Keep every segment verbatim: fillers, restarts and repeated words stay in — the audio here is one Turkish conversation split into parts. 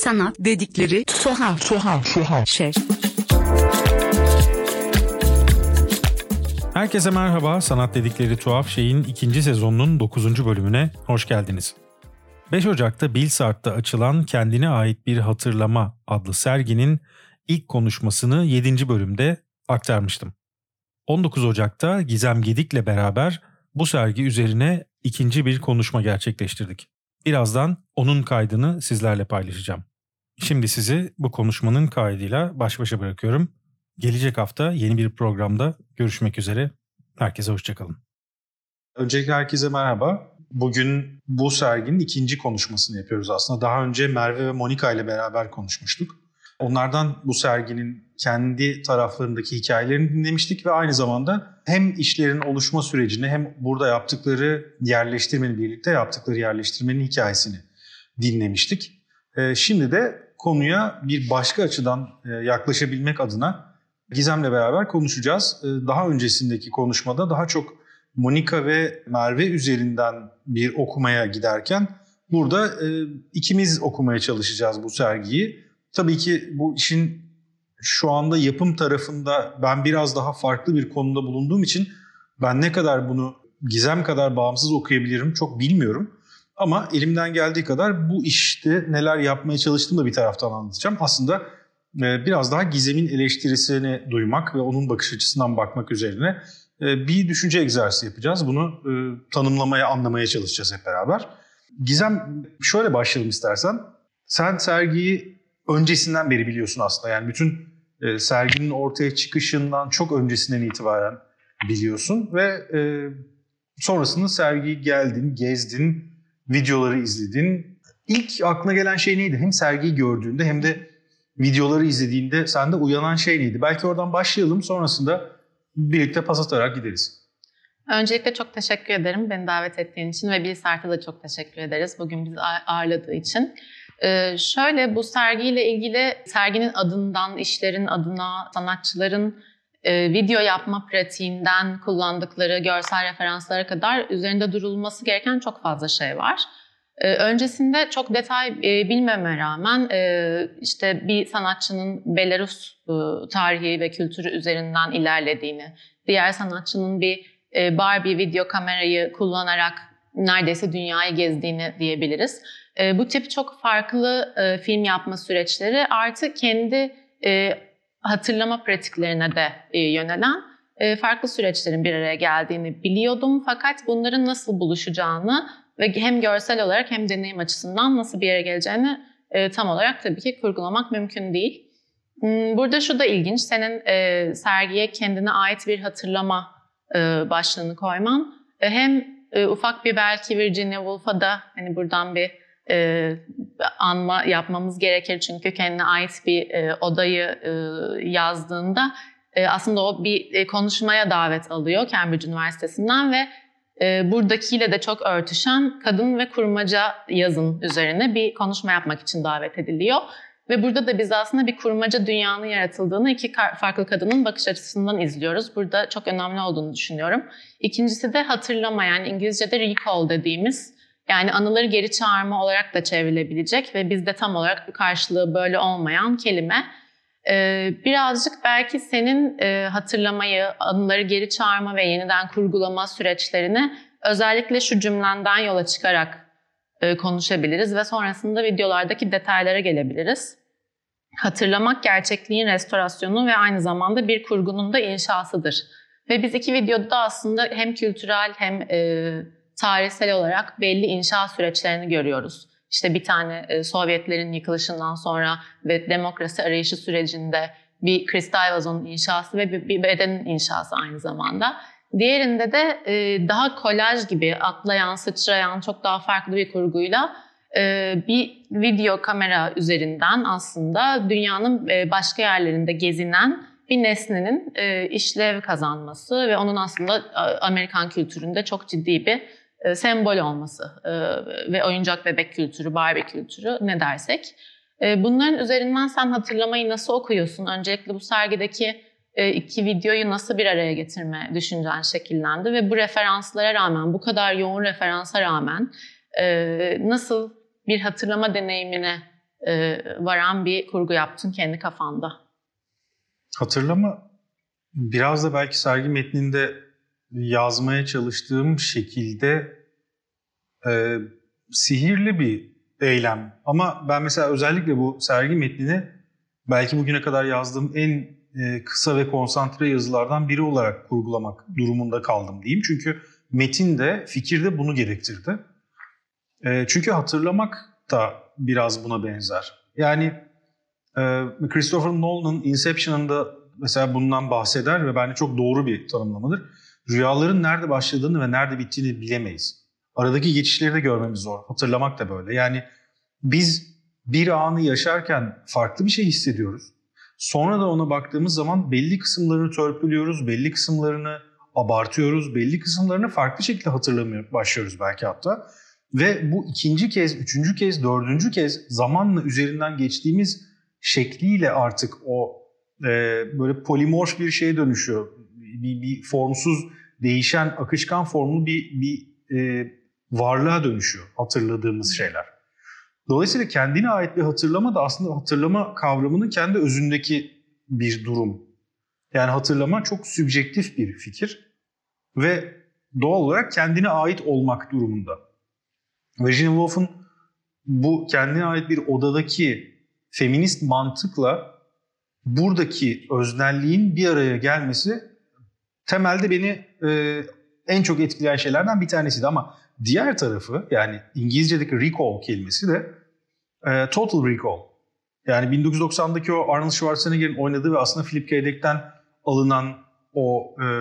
Sanat dedikleri tuhaf tuhaf tuhaf şey. Herkese merhaba. Sanat dedikleri tuhaf şeyin ikinci sezonunun dokuzuncu bölümüne hoş geldiniz. beş Ocak'ta Bilsart'ta açılan Kendine Ait Bir Hatırlama adlı serginin ilk konuşmasını yedinci bölümde aktarmıştım. on dokuz Ocak'ta Gizem Gedik'le beraber bu sergi üzerine ikinci bir konuşma gerçekleştirdik. Birazdan onun kaydını sizlerle paylaşacağım. Şimdi sizi bu konuşmanın kaydıyla baş başa bırakıyorum. Gelecek hafta yeni bir programda görüşmek üzere. Herkese hoşçakalın. Öncelikle herkese merhaba. Bugün bu serginin ikinci konuşmasını yapıyoruz aslında. Daha önce Merve ve Monika ile beraber konuşmuştuk. Onlardan bu serginin kendi taraflarındaki hikayelerini dinlemiştik ve aynı zamanda hem işlerin oluşma sürecini hem burada yaptıkları yerleştirmenin, birlikte yaptıkları yerleştirmenin hikayesini dinlemiştik. Şimdi de konuya bir başka açıdan yaklaşabilmek adına Gizem'le beraber konuşacağız. Daha öncesindeki konuşmada daha çok Monika ve Merve üzerinden bir okumaya giderken burada ikimiz okumaya çalışacağız bu sergiyi. Tabii ki bu işin şu anda yapım tarafında ben biraz daha farklı bir konuda bulunduğum için ben ne kadar bunu Gizem kadar bağımsız okuyabilirim çok bilmiyorum. Ama elimden geldiği kadar bu işte neler yapmaya çalıştığımı da bir taraftan anlatacağım. Aslında biraz daha Gizem'in eleştirisini duymak ve onun bakış açısından bakmak üzerine bir düşünce egzersizi yapacağız. Bunu tanımlamaya, anlamaya çalışacağız hep beraber. Gizem, şöyle başlayalım istersen. Sen sergiyi öncesinden beri biliyorsun aslında. Yani bütün e, serginin ortaya çıkışından çok öncesinden itibaren biliyorsun. Ve e, sonrasında sergiyi geldin, gezdin, videoları izledin. İlk aklına gelen şey neydi? Hem sergiyi gördüğünde hem de videoları izlediğinde sende uyanan şey neydi? Belki oradan başlayalım, sonrasında birlikte pas atarak gideriz. Öncelikle çok teşekkür ederim beni davet ettiğin için ve Bilsart'a da çok teşekkür ederiz bugün bizi ağırladığı için. Ee, şöyle bu sergiyle ilgili serginin adından, işlerin adına, sanatçıların e, video yapma pratiğinden kullandıkları görsel referanslara kadar üzerinde durulması gereken çok fazla şey var. Ee, öncesinde çok detay e, bilmeme rağmen e, işte bir sanatçının Belarus e, tarihi ve kültürü üzerinden ilerlediğini, diğer sanatçının bir e, Barbie video kamerayı kullanarak neredeyse dünyayı gezdiğini diyebiliriz. E, bu tip çok farklı e, film yapma süreçleri artık kendi e, hatırlama pratiklerine de e, yönelen e, farklı süreçlerin bir araya geldiğini biliyordum. Fakat bunların nasıl buluşacağını ve hem görsel olarak hem deneyim açısından nasıl bir yere geleceğini e, tam olarak tabii ki kurgulamak mümkün değil. Burada şu da ilginç, senin e, sergiye kendine ait bir hatırlama e, başlığını koyman. E, hem e, ufak bir belki Virginia Woolf'a da hani buradan bir e, anma yapmamız gerekir. Çünkü kendine ait bir e, odayı e, yazdığında e, aslında o bir e, konuşmaya davet alıyor Cambridge Üniversitesi'nden ve e, buradakiyle de çok örtüşen kadın ve kurmaca yazın üzerine bir konuşma yapmak için davet ediliyor. Ve burada da biz aslında bir kurmaca dünyanın yaratıldığını iki farklı kadının bakış açısından izliyoruz. Burada çok önemli olduğunu düşünüyorum. İkincisi de hatırlama, yani İngilizce'de recall dediğimiz, yani anıları geri çağırma olarak da çevrilebilecek ve bizde tam olarak bir karşılığı böyle olmayan kelime. Ee, birazcık belki senin e, hatırlamayı, anıları geri çağırma ve yeniden kurgulama süreçlerini özellikle şu cümlenden yola çıkarak konuşabiliriz ve sonrasında videolardaki detaylara gelebiliriz. Hatırlamak gerçekliğin restorasyonu ve aynı zamanda bir kurgunun da inşasıdır. Ve biz iki videoda aslında hem kültürel hem e, tarihsel olarak belli inşa süreçlerini görüyoruz. İşte bir tane e, Sovyetlerin yıkılışından sonra ve demokrasi arayışı sürecinde bir kristal vazonun inşası ve bir, bir bedenin inşası aynı zamanda. Diğerinde de e, daha kolaj gibi atlayan, sıçrayan çok daha farklı bir kurguyla e, bir video kamera üzerinden aslında dünyanın e, başka yerlerinde gezinen bir nesnenin e, işlev kazanması ve onun aslında Amerikan kültüründe çok ciddi bir e, sembol olması e, ve oyuncak bebek kültürü, Barbie kültürü ne dersek. E, bunların üzerinden sen hatırlamayı nasıl okuyorsun? Öncelikle bu sergideki iki videoyu nasıl bir araya getirme düşüncen şekillendi ve bu referanslara rağmen, bu kadar yoğun referansa rağmen nasıl bir hatırlama deneyimine e, varan bir kurgu yaptın kendi kafanda. Hatırlama biraz da belki sergi metninde yazmaya çalıştığım şekilde e, sihirli bir eylem. Ama ben mesela özellikle bu sergi metnini belki bugüne kadar yazdığım en e, kısa ve konsantre yazılardan biri olarak kurgulamak durumunda kaldım diyeyim. Çünkü metin de fikir de bunu gerektirdi. E, çünkü hatırlamak da biraz buna benzer. Yani e, Christopher Nolan'ın Inception'ında mesela bundan bahseder ve bence çok doğru bir tanımlamadır. Rüyaların nerede başladığını ve nerede bittiğini bilemeyiz. Aradaki geçişleri de görmemiz zor. Hatırlamak da böyle. Yani biz bir anı yaşarken farklı bir şey hissediyoruz. Sonra da ona baktığımız zaman belli kısımlarını törpülüyoruz, belli kısımlarını abartıyoruz, belli kısımlarını farklı şekilde hatırlamaya başlıyoruz belki hatta. Ve bu ikinci kez, üçüncü kez, dördüncü kez zamanla üzerinden geçtiğimiz şekliyle artık o e, böyle polimorf bir şeye dönüşüyor. Bir, bir formsuz, değişen, akışkan formlu bir, bir e, varlığa dönüşüyor hatırladığımız şeyler. Dolayısıyla kendine ait bir hatırlama da aslında hatırlama kavramının kendi özündeki bir durum. Yani hatırlama çok sübjektif bir fikir ve doğal olarak kendine ait olmak durumunda. Virginia Woolf'un bu kendine ait bir odadaki feminist mantıkla buradaki öznelliğin bir araya gelmesi temelde beni e, en çok etkileyen şeylerden bir tanesiydi. Ama diğer tarafı, yani İngilizce'deki recall kelimesi de e, total recall. Yani bin dokuz yüz doksandaki o Arnold Schwarzenegger'in oynadığı ve aslında Philip K. Dick'ten alınan o e,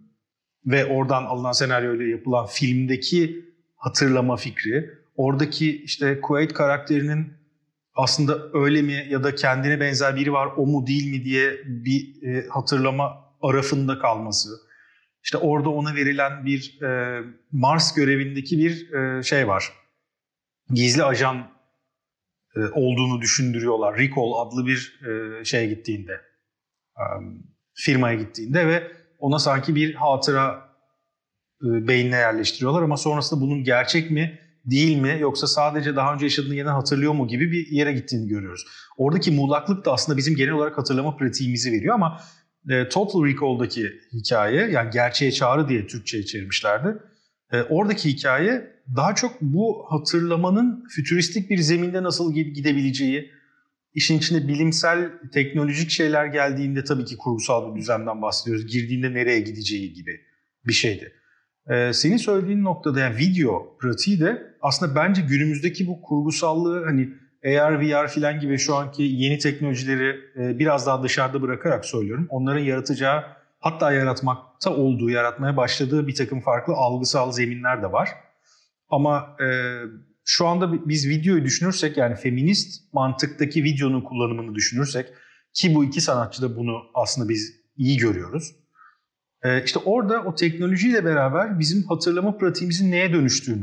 ve oradan alınan senaryoyla yapılan filmdeki hatırlama fikri, oradaki işte Quaid karakterinin aslında öyle mi ya da kendine benzer biri var o mu değil mi diye bir e, hatırlama arafında kalması. İşte orada ona verilen bir e, Mars görevindeki bir e, şey var. Gizli ajan e, olduğunu düşündürüyorlar. Recall adlı bir e, şeye gittiğinde, e, firmaya gittiğinde ve ona sanki bir hatıra e, beynine yerleştiriyorlar ama sonrasında bunun gerçek mi değil mi yoksa sadece daha önce yaşadığını yeniden hatırlıyor mu gibi bir yere gittiğini görüyoruz. Oradaki muğlaklık da aslında bizim genel olarak hatırlama pratiğimizi veriyor ama e, Total Recall'daki hikaye, yani gerçeğe çağrı diye Türkçe'ye çevirmişlerdi. E, oradaki hikaye daha çok bu hatırlamanın fütüristik bir zeminde nasıl gidebileceği, işin içine bilimsel, teknolojik şeyler geldiğinde tabii ki kurgusal bir düzlemden bahsediyoruz. Girdiğinde nereye gideceği gibi bir şeydi. Ee, senin söylediğin noktada yani video pratiği de aslında bence günümüzdeki bu kurgusallığı hani A R, V R filan gibi şu anki yeni teknolojileri e, biraz daha dışarıda bırakarak söylüyorum. Onların yaratacağı, hatta yaratmakta olduğu, yaratmaya başladığı bir takım farklı algısal zeminler de var. Ama e, şu anda biz videoyu düşünürsek, yani feminist mantıktaki videonun kullanımını düşünürsek ki bu iki sanatçı da bunu aslında biz iyi görüyoruz. Ee, işte orada o teknolojiyle beraber bizim hatırlama pratiğimizin neye dönüştüğünü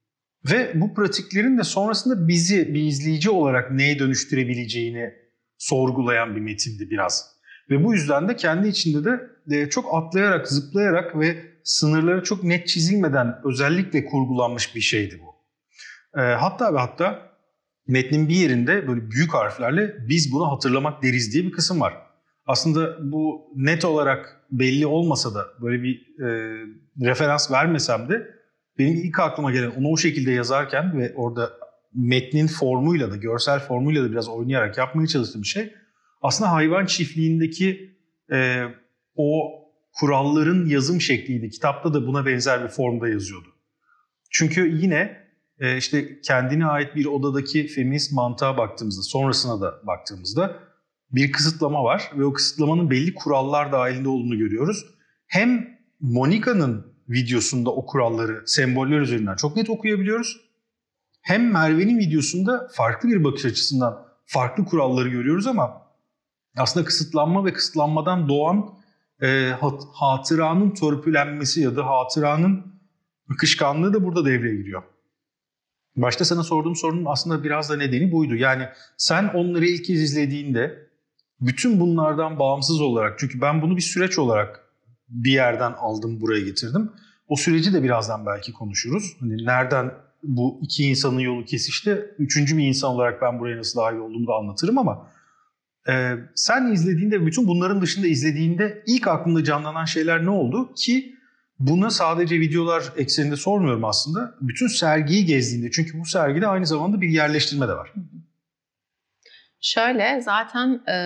ve bu pratiklerin de sonrasında bizi bir izleyici olarak neye dönüştürebileceğini sorgulayan bir metindi biraz. Ve bu yüzden de kendi içinde de çok atlayarak, zıplayarak ve sınırları çok net çizilmeden özellikle kurgulanmış bir şeydi bu. Ee, hatta ve hatta metnin bir yerinde böyle büyük harflerle biz bunu hatırlamak deriz diye bir kısım var. Aslında bu net olarak belli olmasa da böyle bir e, referans vermesem de benim ilk aklıma gelen onu o şekilde yazarken ve orada metnin formuyla da, görsel formuyla da biraz oynayarak yapmaya çalıştığım şey aslında hayvan çiftliğindeki e, o kuralların yazım şekliydi. Kitapta da buna benzer bir formda yazıyordu. Çünkü yine e, işte kendine ait bir odadaki feminist mantığa baktığımızda, sonrasına da baktığımızda bir kısıtlama var ve o kısıtlamanın belli kurallar dahilinde olduğunu görüyoruz. Hem Monica'nın videosunda o kuralları semboller üzerinden çok net okuyabiliyoruz. Hem Merve'nin videosunda farklı bir bakış açısından farklı kuralları görüyoruz ama aslında kısıtlanma ve kısıtlanmadan doğan e, hatıranın törpülenmesi ya da hatıranın akışkanlığı da burada devreye giriyor. Başta sana sorduğum sorunun aslında biraz da nedeni buydu. Yani sen onları ilk kez izlediğinde bütün bunlardan bağımsız olarak, çünkü ben bunu bir süreç olarak bir yerden aldım, buraya getirdim. O süreci de birazdan belki konuşuruz. Hani nereden bu iki insanın yolu kesişti. Üçüncü bir insan olarak ben buraya nasıl dahil olduğumu da anlatırım ama e, sen izlediğinde, bütün bunların dışında izlediğinde ilk aklında canlanan şeyler ne oldu? Ki bunu sadece videolar ekseninde sormuyorum aslında. Bütün sergiyi gezdiğinde, çünkü bu sergide aynı zamanda bir yerleştirme de var. Şöyle, zaten e,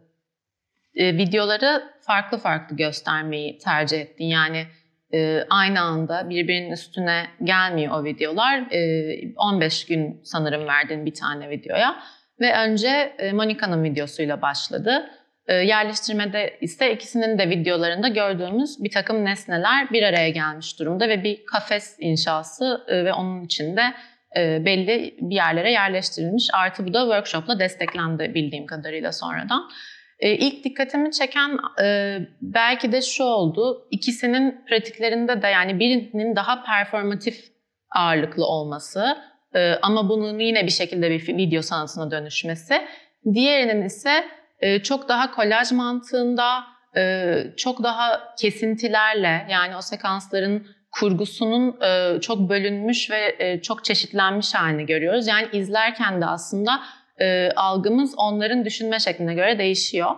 e, videoları farklı farklı göstermeyi tercih ettin. Yani e, aynı anda birbirinin üstüne gelmiyor o videolar. E, on beş gün sanırım verdin bir tane videoya. Ve önce e, Monika'nın videosuyla başladı. E, yerleştirmede ise ikisinin de videolarında gördüğümüz bir takım nesneler bir araya gelmiş durumda ve bir kafes inşası e, ve onun içinde e, belli bir yerlere yerleştirilmiş. Artı bu da workshopla desteklendi bildiğim kadarıyla sonradan. E, ilk dikkatimi çeken e, belki de şu oldu. İkisinin pratiklerinde de, yani birinin daha performatif ağırlıklı olması e, ama bunun yine bir şekilde bir video sanatına dönüşmesi. Diğerinin ise e, çok daha kolaj mantığında, e, çok daha kesintilerle, yani o sekansların kurgusunun e, çok bölünmüş ve e, çok çeşitlenmiş halini görüyoruz. Yani izlerken de aslında e, algımız onların düşünme şekline göre değişiyor.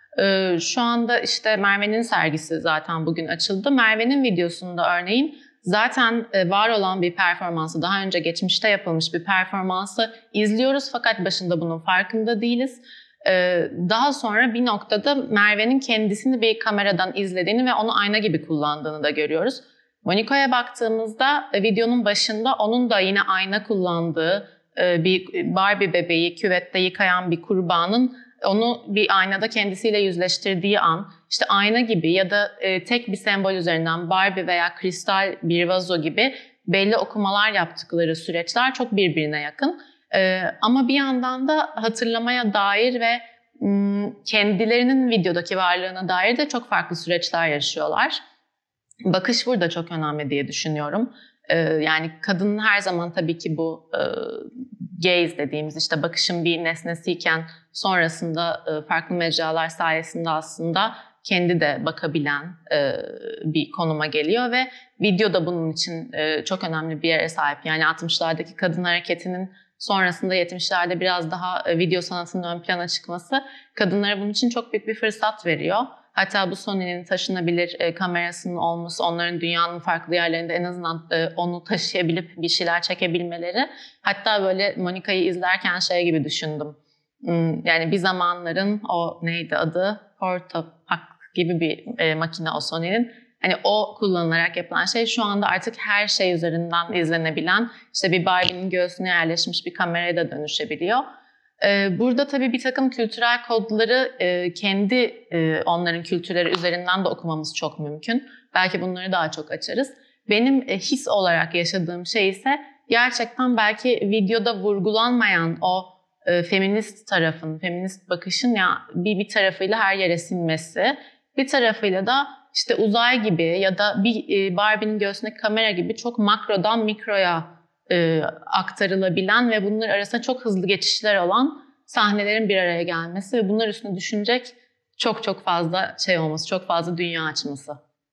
E, şu anda işte Merve'nin sergisi zaten bugün açıldı. Merve'nin videosunda örneğin zaten e, var olan bir performansı, daha önce geçmişte yapılmış bir performansı izliyoruz fakat başında bunun farkında değiliz. E, daha sonra bir noktada Merve'nin kendisini bir kameradan izlediğini ve onu ayna gibi kullandığını da görüyoruz. Monika'ya baktığımızda e, videonun başında onun da yine ayna kullandığı e, bir Barbie bebeği küvette yıkayan bir kurbanın onu bir aynada kendisiyle yüzleştirdiği an, işte ayna gibi ya da e, tek bir sembol üzerinden Barbie veya kristal bir vazo gibi belli okumalar yaptıkları süreçler çok birbirine yakın. E, ama bir yandan da hatırlamaya dair ve m, kendilerinin videodaki varlığına dair de çok farklı süreçler yaşıyorlar. Bakış burada çok önemli diye düşünüyorum. Ee, yani kadının her zaman tabii ki bu e, gaze dediğimiz işte bakışın bir nesnesiyken sonrasında e, farklı mecralar sayesinde aslında kendi de bakabilen e, bir konuma geliyor ve video da bunun için e, çok önemli bir yere sahip. Yani altmışlardaki kadın hareketinin sonrasında yetmişlerde biraz daha e, video sanatının ön plana çıkması kadınlara bunun için çok büyük bir fırsat veriyor. Hatta bu Sony'nin taşınabilir e, kamerasının olması, onların dünyanın farklı yerlerinde en azından e, onu taşıyabilip bir şeyler çekebilmeleri. Hatta böyle Monika'yı izlerken şey gibi düşündüm. Hmm, yani bir zamanların o neydi adı? Portapak gibi bir e, makine o Sony'nin. Hani o kullanılarak yapılan şey şu anda artık her şey üzerinden izlenebilen, işte bir Barbie'nin göğsüne yerleşmiş bir kameraya da dönüşebiliyor. Burada tabii bir takım kültürel kodları kendi onların kültürleri üzerinden de okumamız çok mümkün. Belki bunları daha çok açarız. Benim his olarak yaşadığım şey ise gerçekten belki videoda vurgulanmayan o feminist tarafın, feminist bakışın ya bir bir tarafıyla her yere sinmesi, bir tarafıyla da işte uzay gibi ya da bir Barbie'nin göğsündeki kamera gibi çok makrodan mikroya E, aktarılabilen ve bunlar arasında çok hızlı geçişler olan sahnelerin bir araya gelmesi ve bunlar üstüne düşünecek çok çok fazla şey olması, çok fazla dünya açması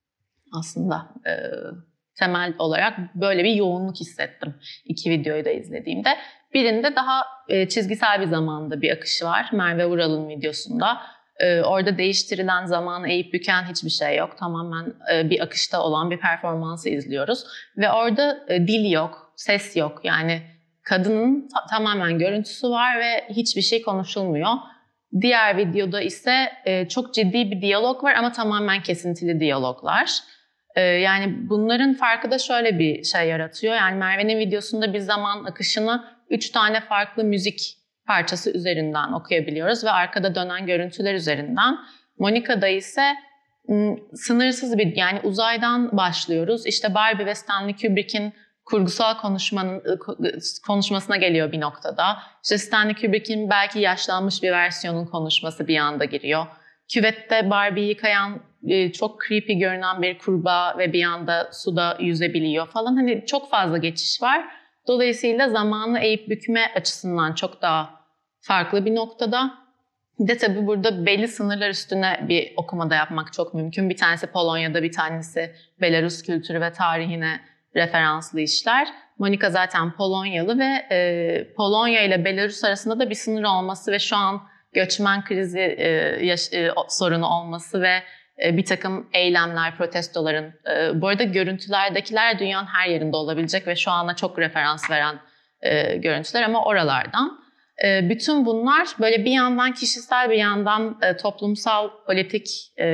aslında. E, temel olarak böyle bir yoğunluk hissettim iki videoyu da izlediğimde. Birinde daha e, çizgisel bir zamanda bir akışı var. Merve Vural'ın videosunda. E, orada değiştirilen, zamanı eğip büken hiçbir şey yok. Tamamen e, bir akışta olan bir performansı izliyoruz. Ve orada e, dil yok, ses yok. Yani kadının ta- tamamen görüntüsü var ve hiçbir şey konuşulmuyor. Diğer videoda ise e, çok ciddi bir diyalog var ama tamamen kesintili diyaloglar. E, yani bunların farkı da şöyle bir şey yaratıyor. Yani Merve'nin videosunda bir zaman akışını üç tane farklı müzik parçası üzerinden okuyabiliyoruz ve arkada dönen görüntüler üzerinden. Monika'da ise ım, sınırsız bir, yani uzaydan başlıyoruz. İşte Barbie ve Stanley Kubrick'in kurgusal konuşmanın konuşmasına geliyor bir noktada. İşte Stanley Kubrick'in belki yaşlanmış bir versiyonun konuşması bir anda giriyor. Küvette Barbie'yi yıkayan çok creepy görünen bir kurbağa ve bir anda suda yüzebiliyor falan. Hani çok fazla geçiş var. Dolayısıyla zamanı eğip bükme açısından çok daha farklı bir noktada. Bir de tabii burada belli sınırlar üstüne bir okumada yapmak çok mümkün. Bir tanesi Polonya'da, bir tanesi Belarus kültürü ve tarihine referanslı işler. Monika zaten Polonyalı ve e, Polonya ile Belarus arasında da bir sınır olması ve şu an göçmen krizi e, yaş- e, sorunu olması ve e, bir takım eylemler, protestoların, e, bu arada görüntülerdekiler dünyanın her yerinde olabilecek ve şu ana çok referans veren e, görüntüler ama oralardan. E, bütün bunlar böyle bir yandan kişisel bir yandan e, toplumsal, politik e,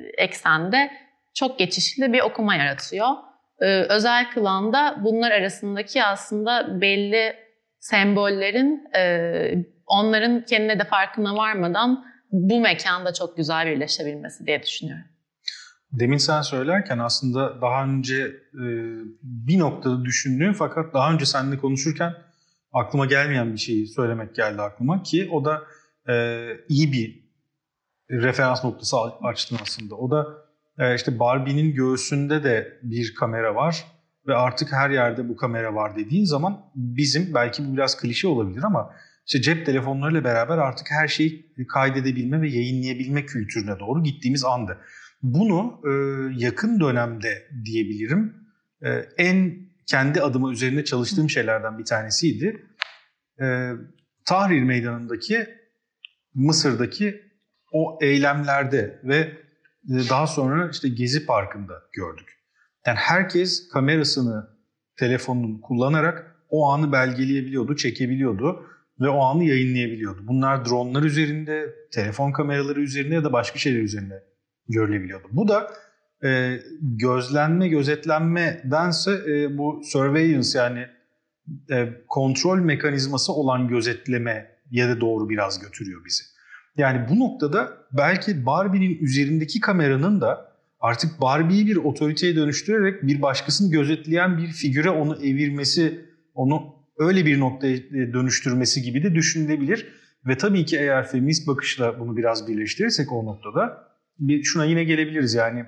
eksende çok geçişli bir okuma yaratıyor. Ee, özel kılan da bunlar arasındaki aslında belli sembollerin e, onların kendine de farkına varmadan bu mekanda çok güzel birleşebilmesi diye düşünüyorum. Demin sen söylerken aslında daha önce e, bir noktada düşündüğüm fakat daha önce seninle konuşurken aklıma gelmeyen bir şeyi söylemek geldi aklıma ki o da e, iyi bir referans noktası açtın aslında. O da İşte Barbie'nin göğsünde de bir kamera var ve artık her yerde bu kamera var dediğin zaman bizim, belki bu biraz klişe olabilir ama işte cep telefonlarıyla beraber artık her şeyi kaydedebilme ve yayınlayabilme kültürüne doğru gittiğimiz andı. Bunu e, yakın dönemde diyebilirim e, en kendi adıma üzerinde çalıştığım şeylerden bir tanesiydi. E, Tahrir Meydanı'ndaki Mısır'daki o eylemlerde ve daha sonra işte Gezi Parkı'nda gördük. Yani herkes kamerasını, telefonunu kullanarak o anı belgeleyebiliyordu, çekebiliyordu ve o anı yayınlayabiliyordu. Bunlar dronlar üzerinde, telefon kameraları üzerinde ya da başka şeyler üzerinde görülebiliyordu. Bu da e, gözlenme, gözetlenmedense e, bu surveillance yani e, kontrol mekanizması olan gözetlemeye de doğru biraz götürüyor bizi. Yani bu noktada belki Barbie'nin üzerindeki kameranın da artık Barbie'yi bir otoriteye dönüştürerek bir başkasını gözetleyen bir figüre onu evirmesi, onu öyle bir noktaya dönüştürmesi gibi de düşünülebilir. Ve tabii ki eğer feminist bakışla bunu biraz birleştirirsek o noktada bir şuna yine gelebiliriz. Yani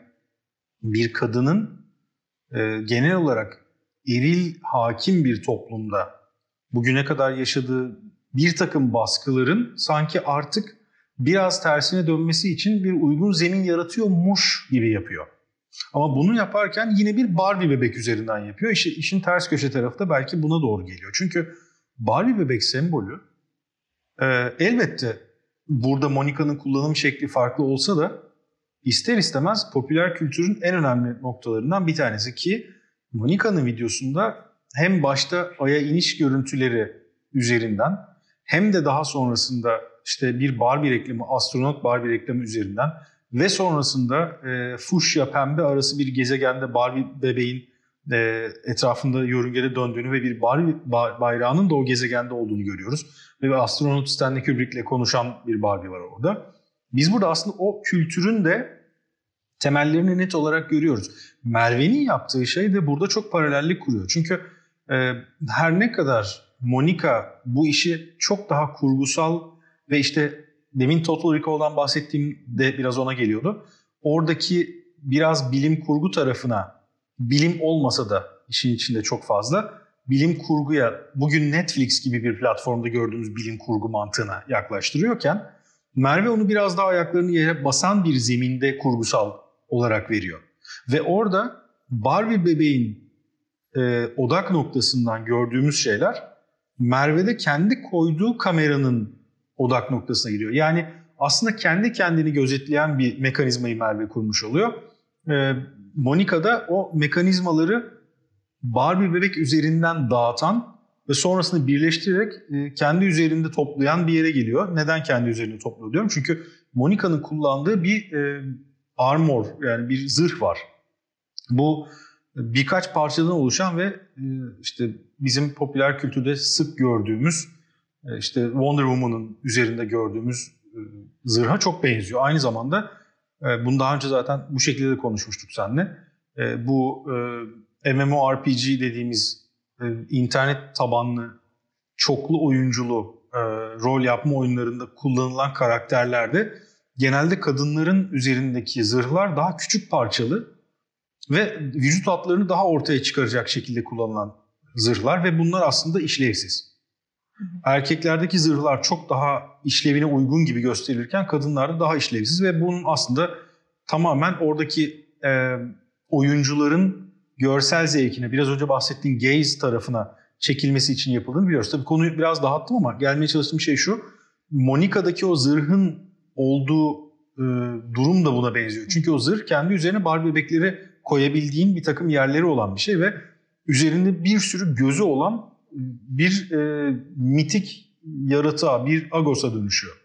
bir kadının e, genel olarak eril hakim bir toplumda bugüne kadar yaşadığı bir takım baskıların sanki artık biraz tersine dönmesi için bir uygun zemin yaratıyormuş gibi yapıyor. Ama bunu yaparken yine bir Barbie bebek üzerinden yapıyor. İşte işin ters köşe tarafı da belki buna doğru geliyor. Çünkü Barbie bebek sembolü e, elbette burada Monika'nın kullanım şekli farklı olsa da ister istemez popüler kültürün en önemli noktalarından bir tanesi ki Monika'nın videosunda hem başta Ay'a iniş görüntüleri üzerinden hem de daha sonrasında işte bir Barbie reklamı, astronot Barbie reklamı üzerinden ve sonrasında e, fuşya pembe arası bir gezegende Barbie bebeğin e, etrafında yörüngede döndüğünü ve bir Barbie bayrağının da o gezegende olduğunu görüyoruz. Ve astronot Stanley Kubrick'le konuşan bir Barbie var orada. Biz burada aslında o kültürün de temellerini net olarak görüyoruz. Merve'nin yaptığı şey de burada çok paralellik kuruyor. Çünkü e, her ne kadar Monika bu işi çok daha kurgusal ve işte demin Total Recall'dan bahsettiğimde biraz ona geliyordu. Oradaki biraz bilim kurgu tarafına, bilim olmasa da işin içinde çok fazla bilim kurguya, bugün Netflix gibi bir platformda gördüğümüz bilim kurgu mantığına yaklaştırıyorken Merve onu biraz daha ayaklarını yere basan bir zeminde kurgusal olarak veriyor. Ve orada Barbie bebeğin e, odak noktasından gördüğümüz şeyler Merve'de kendi koyduğu kameranın odak noktasına giriyor. Yani aslında kendi kendini gözetleyen bir mekanizmayı Merve kurmuş oluyor. Ee, Monika da o mekanizmaları Barbie bebek üzerinden dağıtan ve sonrasında birleştirerek e, kendi üzerinde toplayan bir yere geliyor. Neden kendi üzerinde topluyor diyorum? Çünkü Monika'nın kullandığı bir e, armor, yani bir zırh var. Bu birkaç parçadan oluşan ve e, işte bizim popüler kültürde sık gördüğümüz İşte Wonder Woman'ın üzerinde gördüğümüz zırha çok benziyor. Aynı zamanda bunu daha önce zaten bu şekilde de konuşmuştuk seninle. Bu MMORPG dediğimiz internet tabanlı, çoklu oyunculu rol yapma oyunlarında kullanılan karakterlerde genelde kadınların üzerindeki zırhlar daha küçük parçalı ve vücut hatlarını daha ortaya çıkaracak şekilde kullanılan zırhlar ve bunlar aslında işlevsiz. Erkeklerdeki zırhlar çok daha işlevine uygun gibi gösterilirken kadınlarda daha işlevsiz ve bunun aslında tamamen oradaki e, oyuncuların görsel zevkine, biraz önce bahsettiğin gaze tarafına çekilmesi için yapıldığını biliyoruz. Tabii konuyu biraz dağıttım ama gelmeye çalıştığım şey şu. Monica'daki o zırhın olduğu e, durum da buna benziyor. Çünkü o zırh kendi üzerine Barbie bebekleri koyabildiğin bir takım yerleri olan bir şey ve üzerinde bir sürü gözü olan bir e, mitik yaratığa, bir Argos'a dönüşüyor.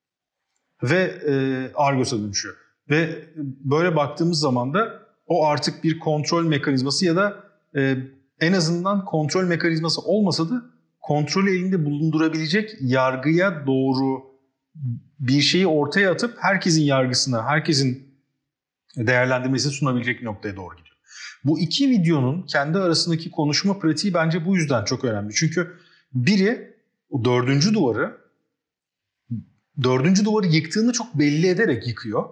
Ve e, Argos'a dönüşüyor. Ve böyle baktığımız zaman da o artık bir kontrol mekanizması ya da e, en azından kontrol mekanizması olmasa da kontrolü elinde bulundurabilecek yargıya doğru bir şeyi ortaya atıp herkesin yargısına, herkesin değerlendirmesini sunabilecek bir noktaya doğru gidiyor. Bu iki videonun kendi arasındaki konuşma pratiği bence bu yüzden çok önemli. Çünkü biri o dördüncü duvarı dördüncü duvarı yıktığını çok belli ederek yıkıyor.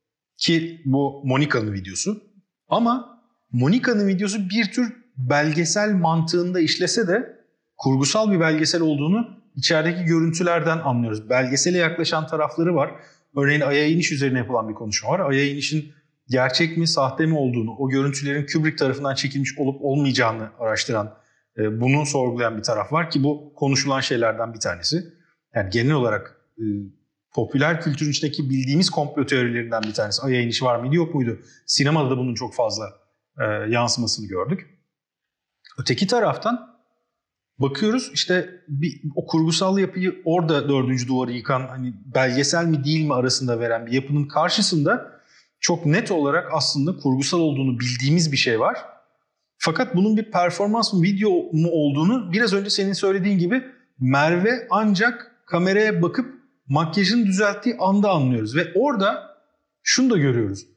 Ki bu Monica'nın videosu. Ama Monica'nın videosu bir tür belgesel mantığında işlese de kurgusal bir belgesel olduğunu içerideki görüntülerden anlıyoruz. Belgesele yaklaşan tarafları var. Örneğin Ay'a iniş üzerine yapılan bir konuşma var. Ay'a inişin gerçek mi, sahte mi olduğunu, o görüntülerin Kubrick tarafından çekilmiş olup olmayacağını araştıran, bunu sorgulayan bir taraf var ki bu konuşulan şeylerden bir tanesi. Yani genel olarak popüler kültürün içindeki bildiğimiz komplo teorilerinden bir tanesi. Ay'a iniş var mıydı, yok muydu? Sinemada da bunun çok fazla e, yansımasını gördük. Öteki taraftan bakıyoruz işte bir, o kurgusal yapıyı orada dördüncü duvarı yıkan hani belgesel mi değil mi arasında veren bir yapının karşısında çok net olarak aslında kurgusal olduğunu bildiğimiz bir şey var. Fakat bunun bir performans mı, video mu olduğunu biraz önce senin söylediğin gibi Merve ancak kameraya bakıp makyajını düzelttiği anda anlıyoruz. Ve orada şunu da görüyoruz.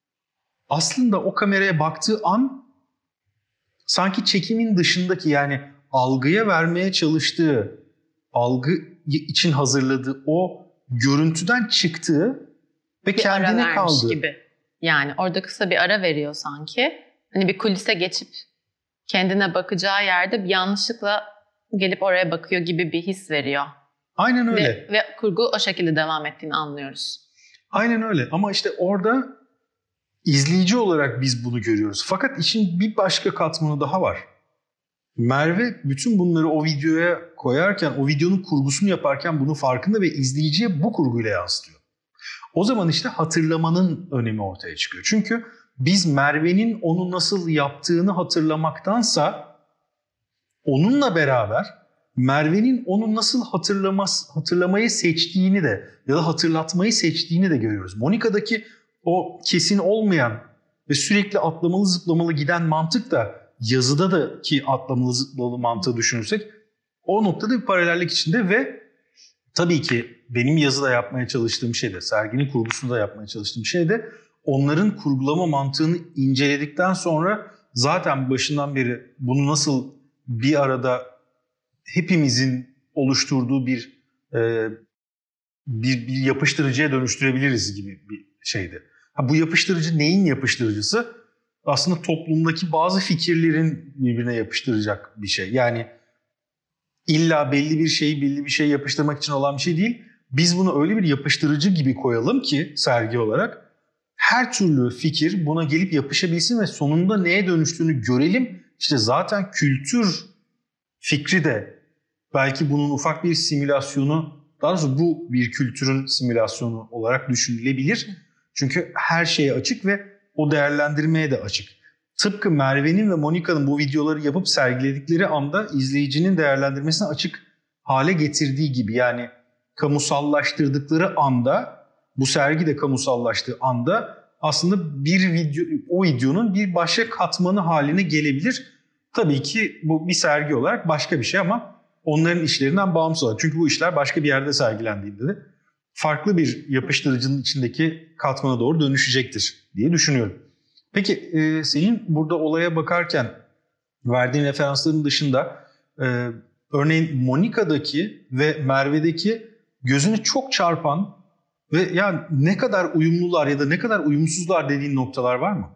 Aslında o kameraya baktığı an sanki çekimin dışındaki yani algıya vermeye çalıştığı, algı için hazırladığı o görüntüden çıktığı ve bir kendine kaldığı gibi. Yani orada kısa bir ara veriyor sanki. Hani bir kulise geçip kendine bakacağı yerde bir yanlışlıkla gelip oraya bakıyor gibi bir his veriyor. Aynen öyle. Ve, ve kurgu o şekilde devam ettiğini anlıyoruz. Aynen öyle ama işte orada izleyici olarak biz bunu görüyoruz. Fakat işin bir başka katmanı daha var. Merve bütün bunları o videoya koyarken, o videonun kurgusunu yaparken bunun farkında ve izleyiciye bu kurguyla yansıtıyor. O zaman işte hatırlamanın önemi ortaya çıkıyor. Çünkü biz Merve'nin onu nasıl yaptığını hatırlamaktansa onunla beraber Merve'nin onu nasıl hatırlaması, hatırlamayı seçtiğini de ya da hatırlatmayı seçtiğini de görüyoruz. Monica'daki o kesin olmayan ve sürekli atlamalı zıplamalı giden mantık da yazıda da ki atlamalı zıplamalı mantığı düşünürsek o noktada bir paralellik içinde ve tabii ki benim yazıda yapmaya çalıştığım şey de, serginin kurgusunda yapmaya çalıştığım şey de onların kurgulama mantığını inceledikten sonra zaten başından beri bunu nasıl bir arada hepimizin oluşturduğu bir e, bir, bir yapıştırıcıya dönüştürebiliriz gibi bir şeydi. Ha, bu yapıştırıcı neyin yapıştırıcısı? Aslında toplumdaki bazı fikirlerin birbirine yapıştıracak bir şey. Yani illa belli bir şeyi belli bir şey yapıştırmak için olan bir şey değil. Biz bunu öyle bir yapıştırıcı gibi koyalım ki sergi olarak her türlü fikir buna gelip yapışabilsin ve sonunda neye dönüştüğünü görelim. İşte zaten kültür fikri de belki bunun ufak bir simülasyonu, daha doğrusu bu bir kültürün simülasyonu olarak düşünülebilir. Çünkü her şeye açık ve o değerlendirmeye de açık. Tıpkı Merve'nin ve Monica'nın bu videoları yapıp sergiledikleri anda izleyicinin değerlendirmesine açık hale getirdiği gibi. Yani kamusallaştırdıkları anda, bu sergi de kamusallaştığı anda aslında bir video, o videonun bir başka katmanı haline gelebilir. Tabii ki bu bir sergi olarak başka bir şey ama onların işlerinden bağımsız olarak. Çünkü bu işler başka bir yerde sergilendiğinde de farklı bir yapıştırıcının içindeki katmana doğru dönüşecektir diye düşünüyorum. Peki e, senin burada olaya bakarken verdiğin referansların dışında e, örneğin Monica'daki ve Merve'deki gözünü çok çarpan ve yani ne kadar uyumlular ya da ne kadar uyumsuzlar dediğin noktalar var mı?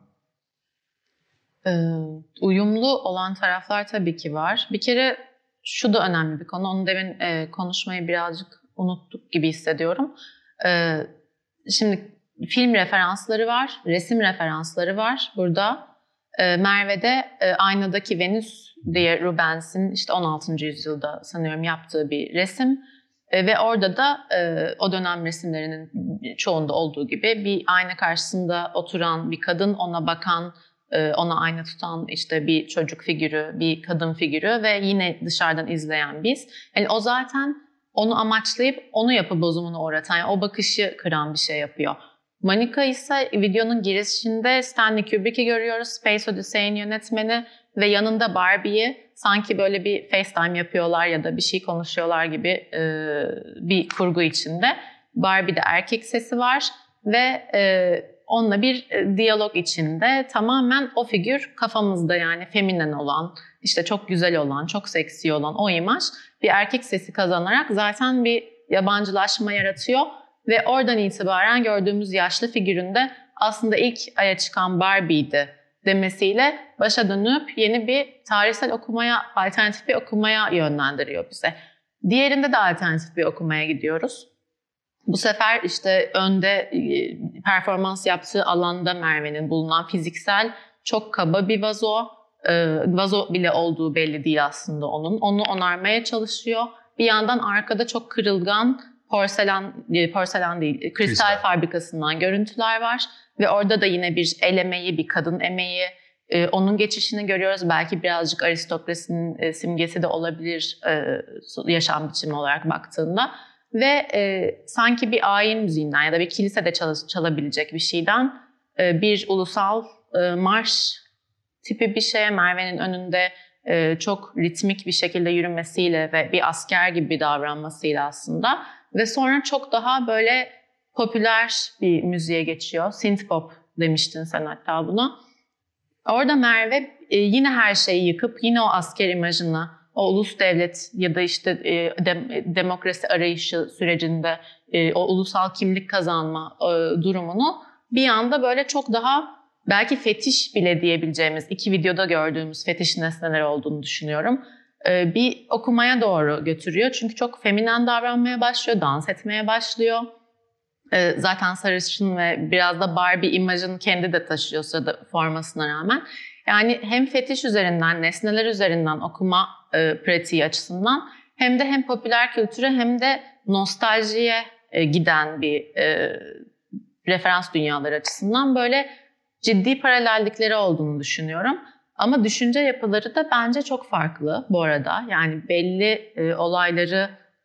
Ee, uyumlu olan taraflar tabii ki var. Bir kere şu da önemli bir konu. Onu demin e, konuşmayı birazcık unuttuk gibi hissediyorum. Ee, şimdi film referansları var, resim referansları var burada. E, Merve'de e, Aynadaki Venüs diye Rubens'in işte on altıncı yüzyılda sanıyorum yaptığı bir resim. E, ve orada da e, o dönem resimlerinin çoğunda olduğu gibi bir ayna karşısında oturan bir kadın, ona bakan, e, ona ayna tutan işte bir çocuk figürü, bir kadın figürü ve yine dışarıdan izleyen biz. Yani o zaten onu amaçlayıp onu yapı bozumuna uğratan, yani o bakışı kıran bir şey yapıyor. Monica ise videonun girişinde Stanley Kubrick'i görüyoruz, Space Odyssey'in yönetmeni ve yanında Barbie'yi sanki böyle bir FaceTime yapıyorlar ya da bir şey konuşuyorlar gibi e, bir kurgu içinde. Barbie'de erkek sesi var ve e, onunla bir e, diyalog içinde tamamen o figür kafamızda, yani feminen olan, işte çok güzel olan, çok seksi olan o imaj bir erkek sesi kazanarak zaten bir yabancılaşma yaratıyor. Ve oradan itibaren gördüğümüz yaşlı figüründe aslında ilk aya çıkan Barbie'ydi demesiyle başa dönüp yeni bir tarihsel okumaya, alternatif bir okumaya yönlendiriyor bize. Diğerinde de alternatif bir okumaya gidiyoruz. Bu sefer işte önde performans yaptığı alanda Merve'nin bulunan fiziksel çok kaba bir vazo, vazo bile olduğu belli değil aslında onun. Onu onarmaya çalışıyor. Bir yandan arkada çok kırılgan, Porselen, porselen değil, kristal, kristal fabrikasından görüntüler var. Ve orada da yine bir el emeği, bir kadın emeği, e, onun geçişini görüyoruz. Belki birazcık aristokrasinin e, simgesi de olabilir e, yaşam biçimi olarak baktığında. Ve e, sanki bir ayin müziğinden ya da bir kilisede çal- çalabilecek bir şeyden e, bir ulusal e, marş tipi bir şeye, Merve'nin önünde e, çok ritmik bir şekilde yürümesiyle ve bir asker gibi davranmasıyla aslında. Ve sonra çok daha böyle popüler bir müziğe geçiyor. Synthpop demiştin sen hatta buna. Orada Merve e, yine her şeyi yıkıp yine o asker imajını, o ulus devlet ya da işte e, de, demokrasi arayışı sürecinde e, o ulusal kimlik kazanma e, durumunu bir anda böyle çok daha belki fetiş bile diyebileceğimiz, iki videoda gördüğümüz fetiş nesneler olduğunu düşünüyorum. Bir okumaya doğru götürüyor. Çünkü çok feminen davranmaya başlıyor, dans etmeye başlıyor. Zaten sarışın ve biraz da Barbie imajını kendi de taşıyor sırada formasına rağmen. Yani hem fetiş üzerinden, nesneler üzerinden okuma e, pratiği açısından hem de hem popüler kültüre hem de nostaljiye e, giden bir e, referans dünyaları açısından böyle ciddi paralellikleri olduğunu düşünüyorum. Ama düşünce yapıları da bence çok farklı bu arada. Yani belli e, olayları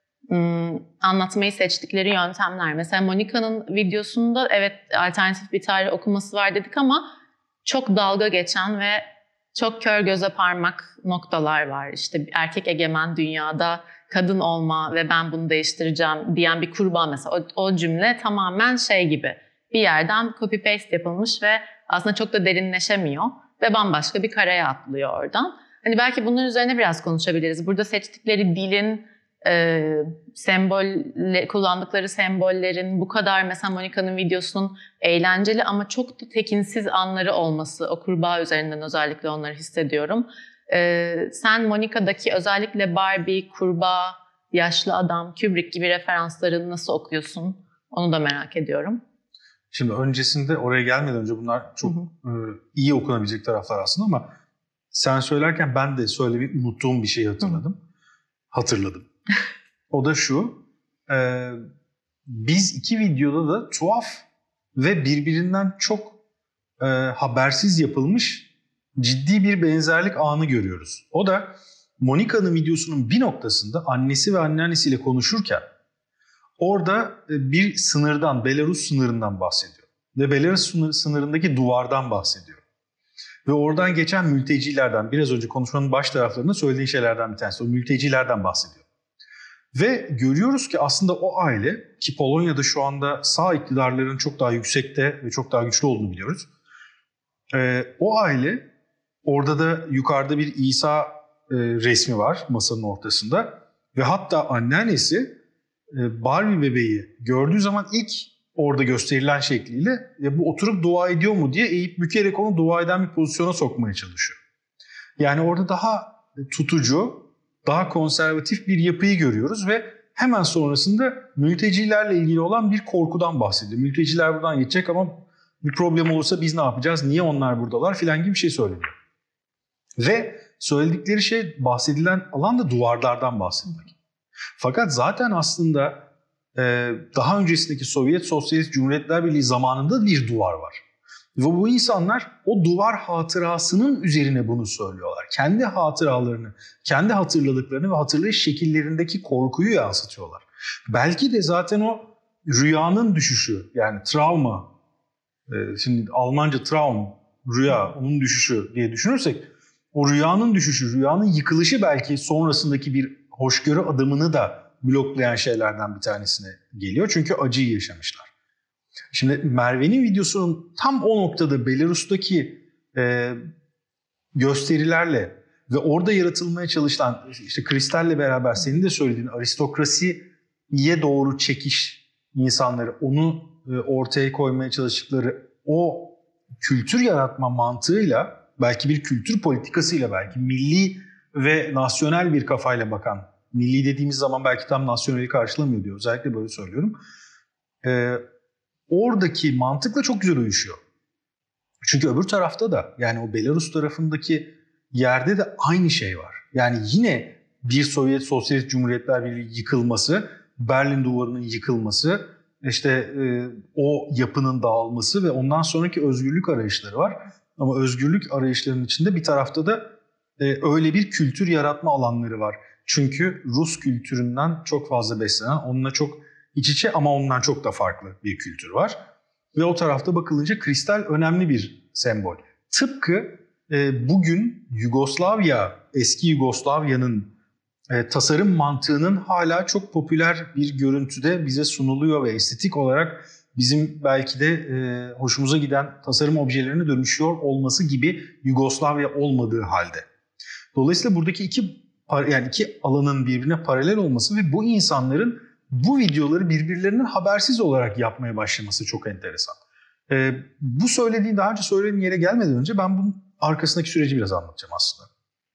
m, anlatmayı seçtikleri yöntemler. Mesela Monica'nın videosunda evet alternatif bir tarih okuması var dedik ama çok dalga geçen ve çok kör göze parmak noktalar var. İşte erkek egemen dünyada kadın olma ve ben bunu değiştireceğim diyen bir kurban mesela. O, o cümle tamamen şey gibi, bir yerden copy paste yapılmış ve aslında çok da derinleşemiyor. Ve bambaşka bir kareye atlıyor oradan. Hani belki bunun üzerine biraz konuşabiliriz. Burada seçtikleri dilin, e, sembol, kullandıkları sembollerin bu kadar, mesela Monica'nın videosunun eğlenceli ama çok da tekinsiz anları olması, o kurbağa üzerinden özellikle onları hissediyorum. E, sen Monica'daki özellikle Barbie, kurbağa, yaşlı adam, Kubrick gibi referansları nasıl okuyorsun? Onu da merak ediyorum. Şimdi öncesinde, oraya gelmeden önce bunlar çok hı hı. E, iyi okunabilecek taraflar aslında ama sen söylerken ben de söylemeyi unuttuğum bir şeyi hatırladım. Hı. Hatırladım. O da şu, e, biz iki videoda da tuhaf ve birbirinden çok e, habersiz yapılmış ciddi bir benzerlik anı görüyoruz. O da Monica'nın videosunun bir noktasında annesi ve anneannesiyle konuşurken orada bir sınırdan, Belarus sınırından bahsediyor. Ve Belarus sınırındaki duvardan bahsediyor. Ve oradan geçen mültecilerden, biraz önce konuşmanın baş taraflarında söylediği şeylerden bir tanesi, o mültecilerden bahsediyor. Ve görüyoruz ki aslında o aile, ki Polonya'da şu anda sağ iktidarların çok daha yüksekte ve çok daha güçlü olduğunu biliyoruz. Ee, o aile, orada da yukarıda bir İsa e, resmi var masanın ortasında. Ve hatta anneannesi Barbie bebeği gördüğü zaman ilk orada gösterilen şekliyle ya bu oturup dua ediyor mu diye eğip bükerek onu dua eden bir pozisyona sokmaya çalışıyor. Yani orada daha tutucu, daha konservatif bir yapıyı görüyoruz ve hemen sonrasında mültecilerle ilgili olan bir korkudan bahsediyor. Mülteciler buradan geçecek ama Bir problem olursa biz ne yapacağız? Niye onlar buradalar filan gibi bir şey söyleniyor. Ve söyledikleri şey, bahsedilen alan da duvarlardan bahsetmek. Fakat zaten aslında e, daha öncesindeki Sovyet Sosyalist Cumhuriyetler Birliği zamanında bir duvar var. Ve bu insanlar o duvar hatırasının üzerine bunu söylüyorlar. Kendi hatıralarını, kendi hatırladıklarını ve hatırlayış şekillerindeki korkuyu yansıtıyorlar. Belki de zaten o rüyanın düşüşü, yani travma, e, şimdi Almanca Traum, rüya, onun düşüşü diye düşünürsek, o rüyanın düşüşü, rüyanın yıkılışı belki sonrasındaki bir hoşgörü adımını da bloklayan şeylerden bir tanesine geliyor. Çünkü acıyı yaşamışlar. Şimdi Merve'nin videosunun tam o noktada Belarus'taki e, gösterilerle ve orada yaratılmaya çalışılan, işte Kristal'le beraber senin de söylediğin aristokrasiye doğru çekiş insanları, onu e, ortaya koymaya çalıştıkları o kültür yaratma mantığıyla, belki bir kültür politikasıyla, belki milli ve nasyonel bir kafayla bakan, milli dediğimiz zaman belki tam nasyoneli karşılamıyor diyor. Özellikle böyle söylüyorum. Ee, oradaki mantıkla çok güzel uyuşuyor. Çünkü öbür tarafta da, yani o Belarus tarafındaki yerde de aynı şey var. Yani yine bir Sovyet Sosyalist Cumhuriyetler Birliği yıkılması, Berlin Duvarı'nın yıkılması, işte e, o yapının dağılması ve ondan sonraki özgürlük arayışları var. Ama özgürlük arayışlarının içinde bir tarafta da e, öyle bir kültür yaratma alanları var. Çünkü Rus kültüründen çok fazla beslenen, onunla çok iç içe ama ondan çok da farklı bir kültür var. Ve o tarafta bakılınca kristal önemli bir sembol. Tıpkı e, bugün Yugoslavya, eski Yugoslavya'nın e, tasarım mantığının hala çok popüler bir görüntüde bize sunuluyor ve estetik olarak bizim belki de e, hoşumuza giden tasarım objelerine dönüşüyor olması gibi Yugoslavya olmadığı halde. Dolayısıyla buradaki iki yani iki alanın birbirine paralel olması ve bu insanların bu videoları birbirlerinden habersiz olarak yapmaya başlaması çok enteresan. Ee, bu söylediğin, daha önce söylediğin yere gelmeden önce ben bunun arkasındaki süreci biraz anlatacağım aslında.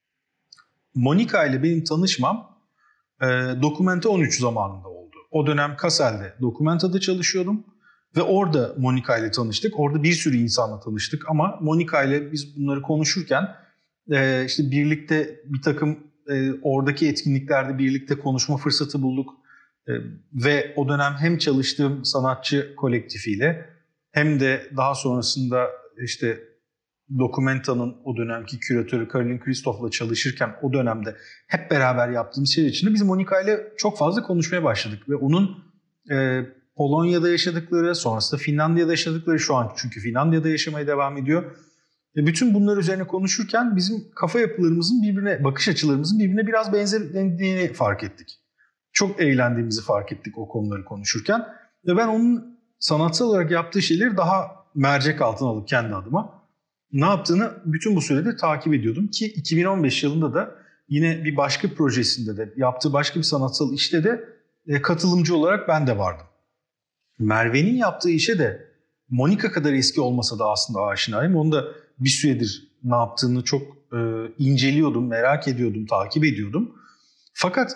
Monika ile benim tanışmam e, Documenta on üç zamanında oldu. O dönem Kassel'de Documenta'da çalışıyordum ve orada Monika ile tanıştık. Orada bir sürü insanla tanıştık ama Monika ile biz bunları konuşurken e, işte birlikte bir takım e, oradaki etkinliklerde birlikte konuşma fırsatı bulduk. E, ve o dönem hem çalıştığım sanatçı kolektifiyle hem de daha sonrasında işte Documenta'nın o dönemki küratörü Karolin Christoph'la çalışırken o dönemde hep beraber yaptığımız şey içinde biz Monika ile çok fazla konuşmaya başladık ve onun e, Polonya'da yaşadıkları, sonrasında Finlandiya'da yaşadıkları, şu an çünkü Finlandiya'da yaşamaya devam ediyor. E, bütün bunlar üzerine konuşurken bizim kafa yapılarımızın birbirine, bakış açılarımızın birbirine biraz benzediğini fark ettik. Çok eğlendiğimizi fark ettik o konuları konuşurken ve ben onun sanatsal olarak yaptığı şeyleri daha mercek altına alıp kendi adıma ne yaptığını bütün bu sürede takip ediyordum ki iki bin on beş yılında da yine bir başka projesinde de, yaptığı başka bir sanatsal işte de e, katılımcı olarak ben de vardım. Merve'nin yaptığı işe de Monika kadar eski olmasa da aslında aşinayım. Onu da bir süredir ne yaptığını çok e, inceliyordum, merak ediyordum, takip ediyordum. Fakat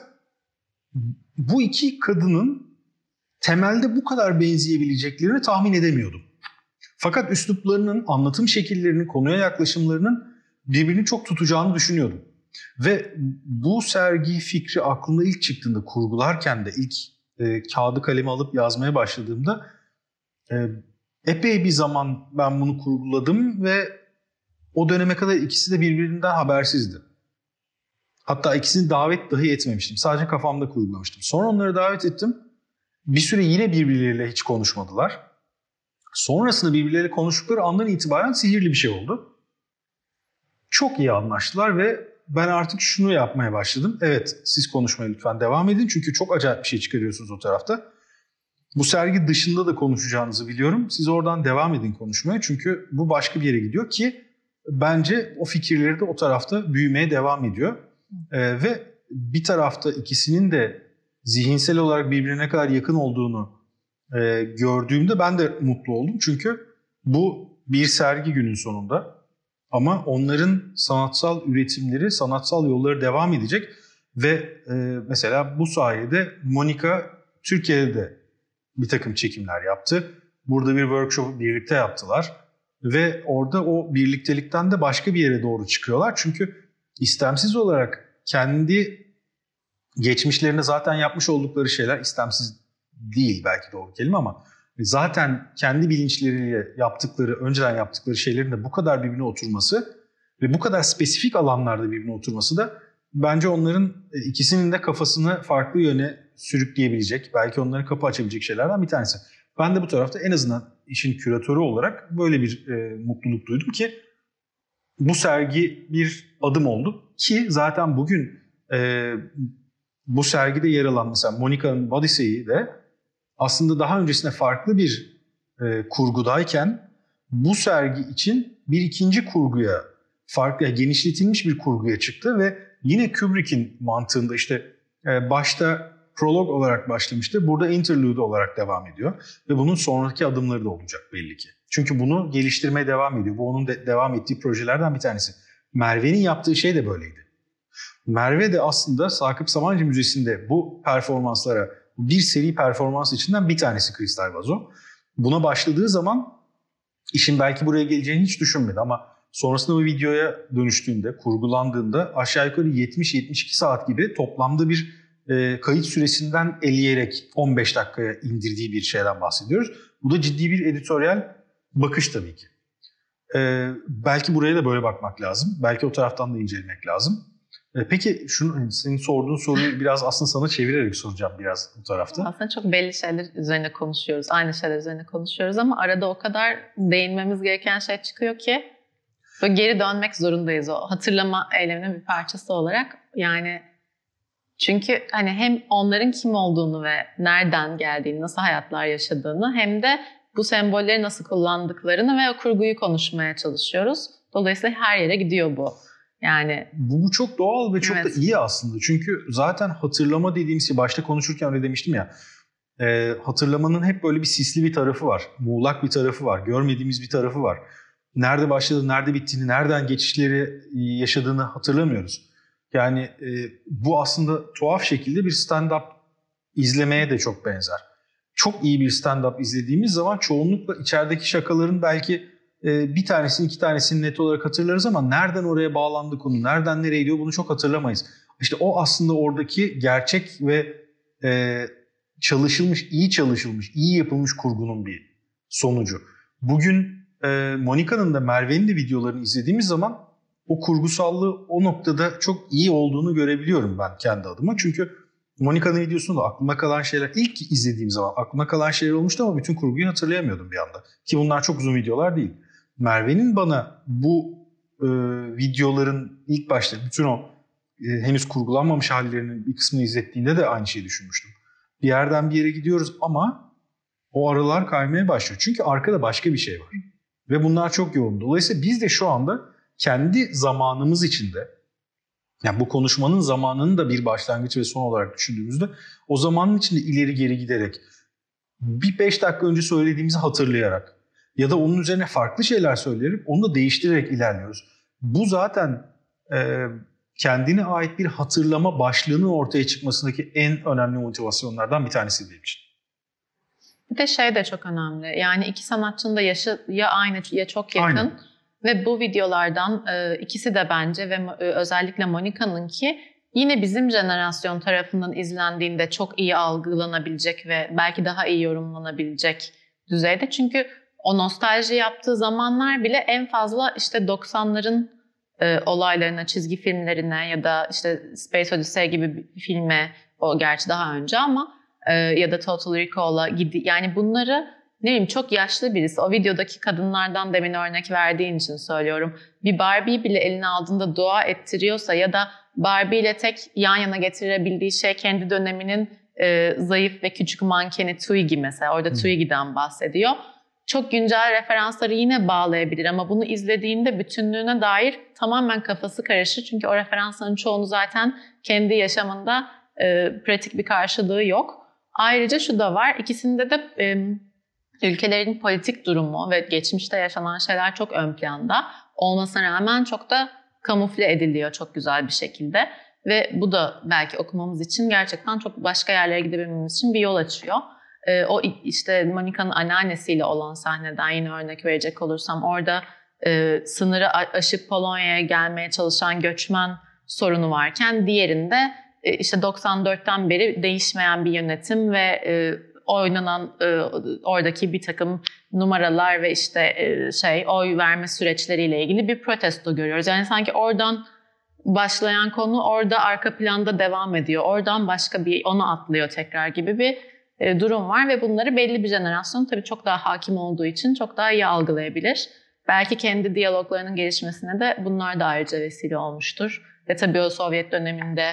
bu iki kadının temelde bu kadar benzeyebileceklerini tahmin edemiyordum. Fakat üsluplarının, anlatım şekillerinin, konuya yaklaşımlarının birbirini çok tutacağını düşünüyordum. Ve bu sergi fikri aklımda ilk çıktığında, kurgularken de ilk e, kağıdı kalemi alıp yazmaya başladığımda e, epey bir zaman ben bunu kurguladım ve o döneme kadar ikisi de birbirinden habersizdi. Hatta ikisini davet dahi etmemiştim. Sadece kafamda kurgulamıştım. Sonra onları davet ettim. Bir süre yine birbirleriyle hiç konuşmadılar. Sonrasında birbirleriyle konuştukları andan itibaren sihirli bir şey oldu. Çok iyi anlaştılar ve ben artık şunu yapmaya başladım. Evet, siz konuşmaya lütfen devam edin. Çünkü çok acayip bir şey çıkarıyorsunuz o tarafta. Bu sergi dışında da konuşacağınızı biliyorum. Siz oradan devam edin konuşmaya. Çünkü bu başka bir yere gidiyor ki bence o fikirleri de o tarafta büyümeye devam ediyor. Ee, ve bir tarafta ikisinin de zihinsel olarak birbirine ne kadar yakın olduğunu e, gördüğümde ben de mutlu oldum. Çünkü bu bir sergi günün sonunda ama onların sanatsal üretimleri, sanatsal yolları devam edecek ve e, mesela bu sayede Monika Türkiye'de de bir takım çekimler yaptı. burada bir workshop birlikte yaptılar. Ve orada o birliktelikten de başka bir yere doğru çıkıyorlar. Çünkü istemsiz olarak kendi geçmişlerinde zaten yapmış oldukları şeyler, istemsiz değil belki doğru kelime ama zaten kendi bilinçleriyle yaptıkları, önceden yaptıkları şeylerin de bu kadar birbirine oturması ve bu kadar spesifik alanlarda birbirine oturması da bence onların ikisinin de kafasını farklı yöne sürükleyebilecek, belki onlara kapı açabilecek şeylerden bir tanesi. Ben de bu tarafta en azından işin küratörü olarak böyle bir e, mutluluk duydum ki bu sergi bir adım oldu ki zaten bugün e, bu sergide yer alan mesela Monica'nın Bodyssey'i de aslında daha öncesinde farklı bir e, kurgudayken bu sergi için bir ikinci kurguya, farklı, genişletilmiş bir kurguya çıktı ve yine Kubrick'in mantığında işte e, başta prolog olarak başlamıştı. Burada interlude olarak devam ediyor. Ve bunun sonraki adımları da olacak belli ki. Çünkü bunu geliştirmeye devam ediyor. Bu onun de devam ettiği projelerden bir tanesi. Merve'nin yaptığı şey de böyleydi. Merve de aslında Sakıp Sabancı Müzesi'nde bu performanslara, bir seri performans içinden bir tanesi Kristal Vazo. Buna başladığı zaman işin belki buraya geleceğini hiç düşünmedi ama sonrasında bu videoya dönüştüğünde, kurgulandığında aşağı yukarı yetmiş yetmiş iki saat gibi toplamda bir E, kayıt süresinden eleyerek on beş dakikaya indirdiği bir şeyden bahsediyoruz. Bu da ciddi bir editoryal bakış tabii ki. E, belki buraya da böyle bakmak lazım. Belki o taraftan da incelemek lazım. E, peki şunu, senin sorduğun soruyu biraz aslında sana çevirerek soracağım biraz bu tarafta. Aslında çok belli şeyler üzerine konuşuyoruz. Aynı şeyler üzerine konuşuyoruz ama arada o kadar değinmemiz gereken şey çıkıyor ki böyle geri dönmek zorundayız o hatırlama eyleminin bir parçası olarak. Yani çünkü hani hem onların kim olduğunu ve nereden geldiğini, nasıl hayatlar yaşadığını hem de bu sembolleri nasıl kullandıklarını ve o kurguyu konuşmaya çalışıyoruz. Dolayısıyla her yere gidiyor bu. Yani bu, bu çok doğal ve çok evet. da iyi aslında. Çünkü zaten hatırlama dediğimiz şey, başta konuşurken öyle demiştim ya. E, hatırlamanın hep böyle bir sisli bir tarafı var. Muğlak bir tarafı var. Görmediğimiz bir tarafı var. Nerede başladı, nerede bittiğini, nereden geçişleri yaşadığını hatırlamıyoruz. Yani e, bu aslında tuhaf şekilde bir stand-up izlemeye de çok benzer. Çok iyi bir stand-up izlediğimiz zaman çoğunlukla içerideki şakaların belki e, bir tanesini iki tanesini net olarak hatırlarız ama nereden oraya bağlandı konu, nereden nereye gidiyor bunu çok hatırlamayız. İşte o aslında oradaki gerçek ve e, çalışılmış, iyi çalışılmış, iyi yapılmış kurgunun bir sonucu. Bugün e, Monica'nın da Merve'nin de videolarını izlediğimiz zaman o kurgusallığı o noktada çok iyi olduğunu görebiliyorum ben kendi adıma. Çünkü Monica'nın videosunda aklıma kalan şeyler, ilk izlediğim zaman aklıma kalan şeyler olmuştu ama bütün kurguyu hatırlayamıyordum bir anda. Ki bunlar çok uzun videolar değil. Merve'nin bana bu e, videoların ilk başta bütün o e, henüz kurgulanmamış hallerinin bir kısmını izlettiğinde de aynı şeyi düşünmüştüm. Bir yerden bir yere gidiyoruz ama o aralar kaymaya başlıyor. Çünkü arkada başka bir şey var. Ve bunlar çok yoğun. Dolayısıyla biz de şu anda kendi zamanımız içinde, yani bu konuşmanın zamanını da bir başlangıç ve son olarak düşündüğümüzde o zamanın içinde ileri geri giderek bir beş dakika önce söylediğimizi hatırlayarak ya da onun üzerine farklı şeyler söyleyerek onu da değiştirerek ilerliyoruz. Bu zaten e, kendine ait bir hatırlama başlığının ortaya çıkmasındaki en önemli motivasyonlardan bir tanesi benim için. Bir de şey de çok önemli. Yani iki sanatçının da yaşı ya aynı ya çok yakın. Aynen. Ve bu videolardan e, ikisi de bence ve e, özellikle Monica'nınki yine bizim jenerasyon tarafından izlendiğinde çok iyi algılanabilecek ve belki daha iyi yorumlanabilecek düzeyde. Çünkü o nostalji yaptığı zamanlar bile en fazla işte doksanların e, olaylarına, çizgi filmlerine ya da işte Space Odyssey gibi bir filme, o gerçi daha önce ama e, ya da Total Recall'a gidi, yani bunları ne bileyim çok yaşlı birisi, o videodaki kadınlardan demin örnek verdiğin için söylüyorum. Bir Barbie'yi bile eline aldığında dua ettiriyorsa ya da Barbie ile tek yan yana getirebildiği şey kendi döneminin e, zayıf ve küçük mankeni Twiggy mesela. Orada hmm. Twiggy'den bahsediyor. Çok güncel referansları yine bağlayabilir ama bunu izlediğinde bütünlüğüne dair tamamen kafası karışır. Çünkü o referansların çoğunu zaten kendi yaşamında e, pratik bir karşılığı yok. Ayrıca şu da var, ikisinde de e, ülkelerin politik durumu ve geçmişte yaşanan şeyler çok ön planda olmasına rağmen çok da kamufle ediliyor çok güzel bir şekilde. Ve bu da belki okumamız için gerçekten çok başka yerlere gidebilmemiz için bir yol açıyor. e, o işte Monica'nın anneannesiyle olan sahneden yine örnek verecek olursam orada e, sınırı aşıp Polonya'ya gelmeye çalışan göçmen sorunu varken diğerinde e, işte doksan dörtten beri değişmeyen bir yönetim ve e, oynanan e, oradaki bir takım numaralar ve işte e, şey oy verme süreçleriyle ilgili bir protesto görüyoruz. Yani sanki oradan başlayan konu orada arka planda devam ediyor. Oradan başka bir onu atlıyor tekrar gibi bir e, durum var ve bunları belli bir jenerasyon tabii çok daha hakim olduğu için çok daha iyi algılayabilir. Belki kendi diyaloglarının gelişmesine de bunlar da ayrıca vesile olmuştur. Ve tabii o Sovyet döneminde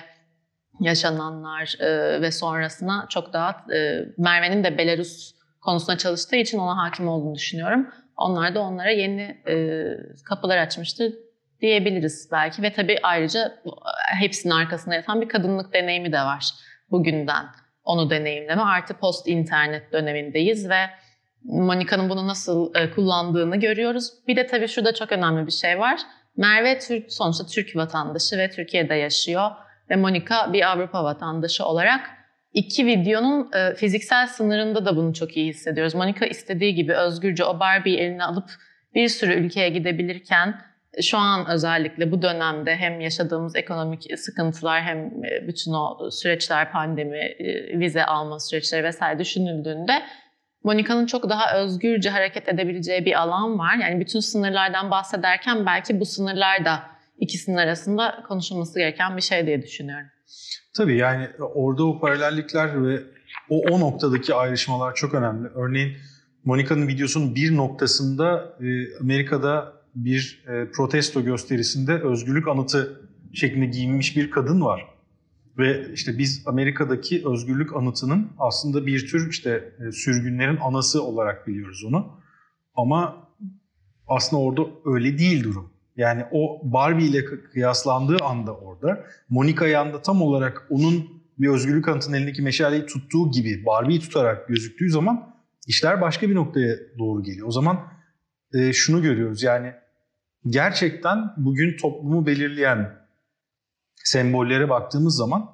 yaşananlar e, ve sonrasına çok daha e, Merve'nin de Belarus konusuna çalıştığı için ona hakim olduğunu düşünüyorum. Onlar da onlara yeni e, kapılar açmıştır diyebiliriz belki. Ve tabii ayrıca hepsinin arkasında yatan bir kadınlık deneyimi de var bugünden. Onu deneyimleme artı post internet dönemindeyiz ve Monica'nın bunu nasıl e, kullandığını görüyoruz. Bir de tabii şurada çok önemli bir şey var. Merve Türk, sonuçta Türk vatandaşı ve Türkiye'de yaşıyor. Ve Monica bir Avrupa vatandaşı olarak iki videonun e, fiziksel sınırında da bunu çok iyi hissediyoruz. Monica istediği gibi özgürce o Barbie'yi eline alıp bir sürü ülkeye gidebilirken şu an özellikle bu dönemde hem yaşadığımız ekonomik sıkıntılar hem bütün o süreçler, pandemi, vize alma süreçleri vesaire düşünüldüğünde Monica'nın çok daha özgürce hareket edebileceği bir alan var. Yani bütün sınırlardan bahsederken belki bu sınırlar da ikisinin arasında konuşulması gereken bir şey diye düşünüyorum. Tabii yani orada o paralellikler ve o, o noktadaki ayrışmalar çok önemli. Örneğin Monica'nın videosunun bir noktasında e, Amerika'da bir e, protesto gösterisinde özgürlük anıtı şeklinde giyinmiş bir kadın var. Ve işte biz Amerika'daki özgürlük anıtının aslında bir tür işte e, sürgünlerin anası olarak biliyoruz onu. Ama aslında orada öyle değil durum. Yani o Barbie ile kıyaslandığı anda orada Monica yanında tam olarak onun bir özgürlük anıtının elindeki meşaleyi tuttuğu gibi Barbie'yi tutarak gözüktüğü zaman işler başka bir noktaya doğru geliyor. O zaman e, şunu görüyoruz yani gerçekten bugün toplumu belirleyen sembollere baktığımız zaman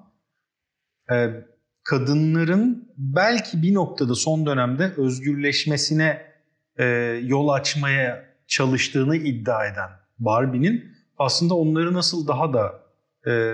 e, kadınların belki bir noktada son dönemde özgürleşmesine e, yol açmaya çalıştığını iddia eden Barbie'nin aslında onları nasıl daha da e,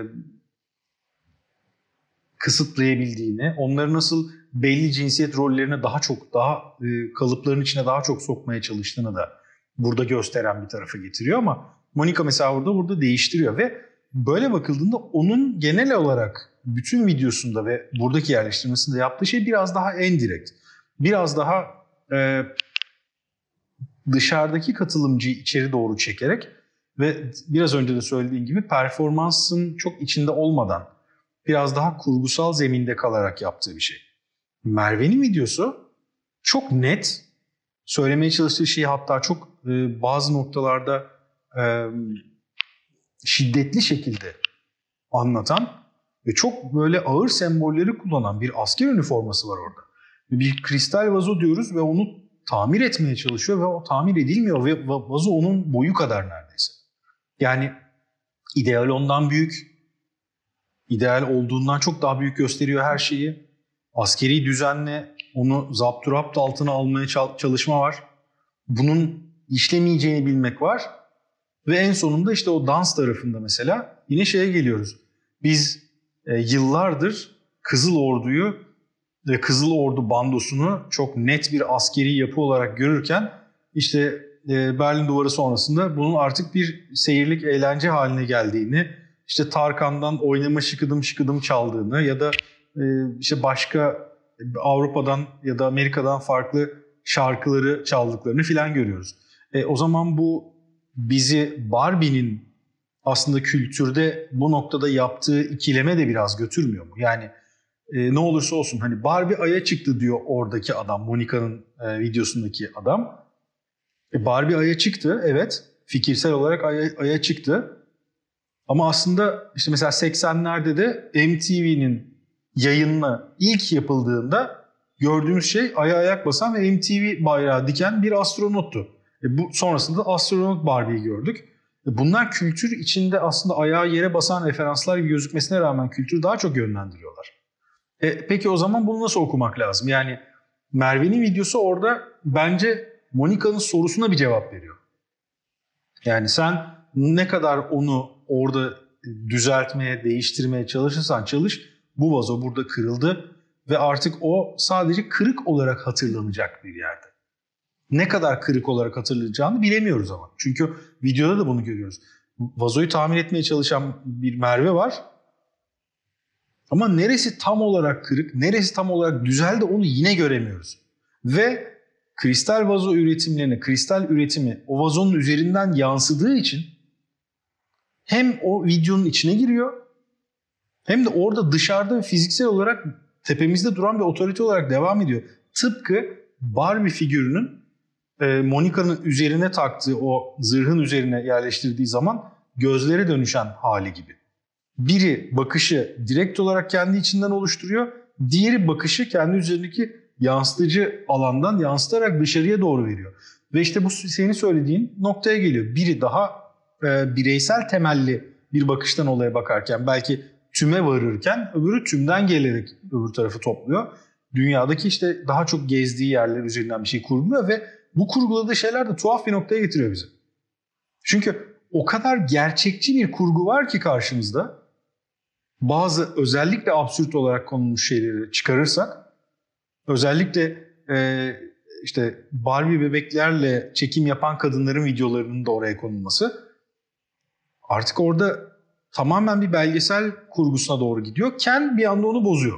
kısıtlayabildiğini, onları nasıl belli cinsiyet rollerine daha çok, daha e, kalıpların içine daha çok sokmaya çalıştığını da burada gösteren bir tarafa getiriyor ama Monica mesela burada burada değiştiriyor ve böyle bakıldığında onun genel olarak bütün videosunda ve buradaki yerleştirmesinde yaptığı şey biraz daha endirekt. Biraz daha e, dışarıdaki katılımcıyı içeri doğru çekerek ve biraz önce de söylediğim gibi performansın çok içinde olmadan biraz daha kurgusal zeminde kalarak yaptığı bir şey. Merve'nin videosu çok net, söylemeye çalıştığı şeyi hatta çok e, bazı noktalarda e, şiddetli şekilde anlatan ve çok böyle ağır sembolleri kullanan bir asker üniforması var orada. Bir kristal vazo diyoruz ve onu tamir etmeye çalışıyor ve o tamir edilmiyor ve vazo onun boyu kadar neredeyse. Yani ideal ondan büyük, ideal olduğundan çok daha büyük gösteriyor her şeyi. Askeri düzenle onu zapturapt altına almaya çalışma var. Bunun işlemeyeceğini bilmek var. Ve en sonunda işte o dans tarafında mesela yine şeye geliyoruz. Biz e, yıllardır Kızıl Ordu'yu ve Kızıl Ordu bandosunu çok net bir askeri yapı olarak görürken işte e, Berlin Duvarı sonrasında bunun artık bir seyirlik eğlence haline geldiğini, işte Tarkan'dan oynama şıkıdım şıkıdım çaldığını ya da e, işte başka Avrupa'dan ya da Amerika'dan farklı şarkıları çaldıklarını filan görüyoruz. E, o zaman bu bizi Barbie'nin aslında kültürde bu noktada yaptığı ikileme de biraz götürmüyor mu? Yani e, ne olursa olsun hani Barbie Ay'a çıktı diyor oradaki adam, Monica'nın e, videosundaki adam. E, Barbie Ay'a çıktı, evet, fikirsel olarak Ay'a, Ay'a çıktı. Ama aslında işte mesela seksenlerde de M T V'nin yayınına ilk yapıldığında gördüğümüz şey Ay'a ayak basan ve M T V bayrağı diken bir astronottu. E bu sonrasında astronot Barbie'yi gördük. E bunlar kültür içinde aslında ayağı yere basan referanslar gibi gözükmesine rağmen kültürü daha çok yönlendiriyorlar. E peki o zaman bunu nasıl okumak lazım? Yani Merve'nin videosu orada bence Monica'nın sorusuna bir cevap veriyor. Yani sen ne kadar onu orada düzeltmeye, değiştirmeye çalışırsan çalış, bu vazo burada kırıldı ve artık o sadece kırık olarak hatırlanacak bir yerde. Ne kadar kırık olarak hatırlanacağını bilemiyoruz ama. Çünkü videoda da bunu görüyoruz. Vazoyu tamir etmeye çalışan bir Merve var. Ama neresi tam olarak kırık, neresi tam olarak güzel de onu yine göremiyoruz. Ve kristal vazo üretimlerine, kristal üretimi o vazonun üzerinden yansıdığı için hem o videonun içine giriyor hem de orada dışarıda fiziksel olarak tepemizde duran bir otorite olarak devam ediyor. Tıpkı Barbie figürünün e, Monica'nın üzerine taktığı o zırhın üzerine yerleştirdiği zaman gözlere dönüşen hali gibi. Biri bakışı direkt olarak kendi içinden oluşturuyor, diğeri bakışı kendi üzerindeki yansıtıcı alandan yansıtarak dışarıya doğru veriyor. Ve işte bu senin söylediğin noktaya geliyor. Biri daha e, bireysel temelli bir bakıştan olaya bakarken, belki tüme varırken öbürü tümden gelerek öbür tarafı topluyor. Dünyadaki işte daha çok gezdiği yerler üzerinden bir şey kurguluyor ve bu kurguladığı şeyler de tuhaf bir noktaya getiriyor bizi. Çünkü o kadar gerçekçi bir kurgu var ki karşımızda, bazı özellikle absürt olarak konulmuş şeyleri çıkarırsak, özellikle e, işte Barbie bebeklerle çekim yapan kadınların videolarının da oraya konulması artık orada tamamen bir belgesel kurgusuna doğru gidiyor. Ken bir anda onu bozuyor.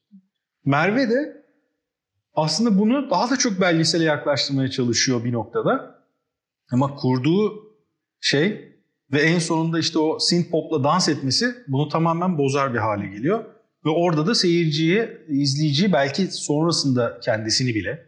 Merve de aslında bunu daha da çok belgesele yaklaştırmaya çalışıyor bir noktada. Ama kurduğu şey ve en sonunda işte o synth-pop'la dans etmesi bunu tamamen bozar bir hale geliyor. Ve orada da seyirciyi, izleyiciyi, belki sonrasında kendisini bile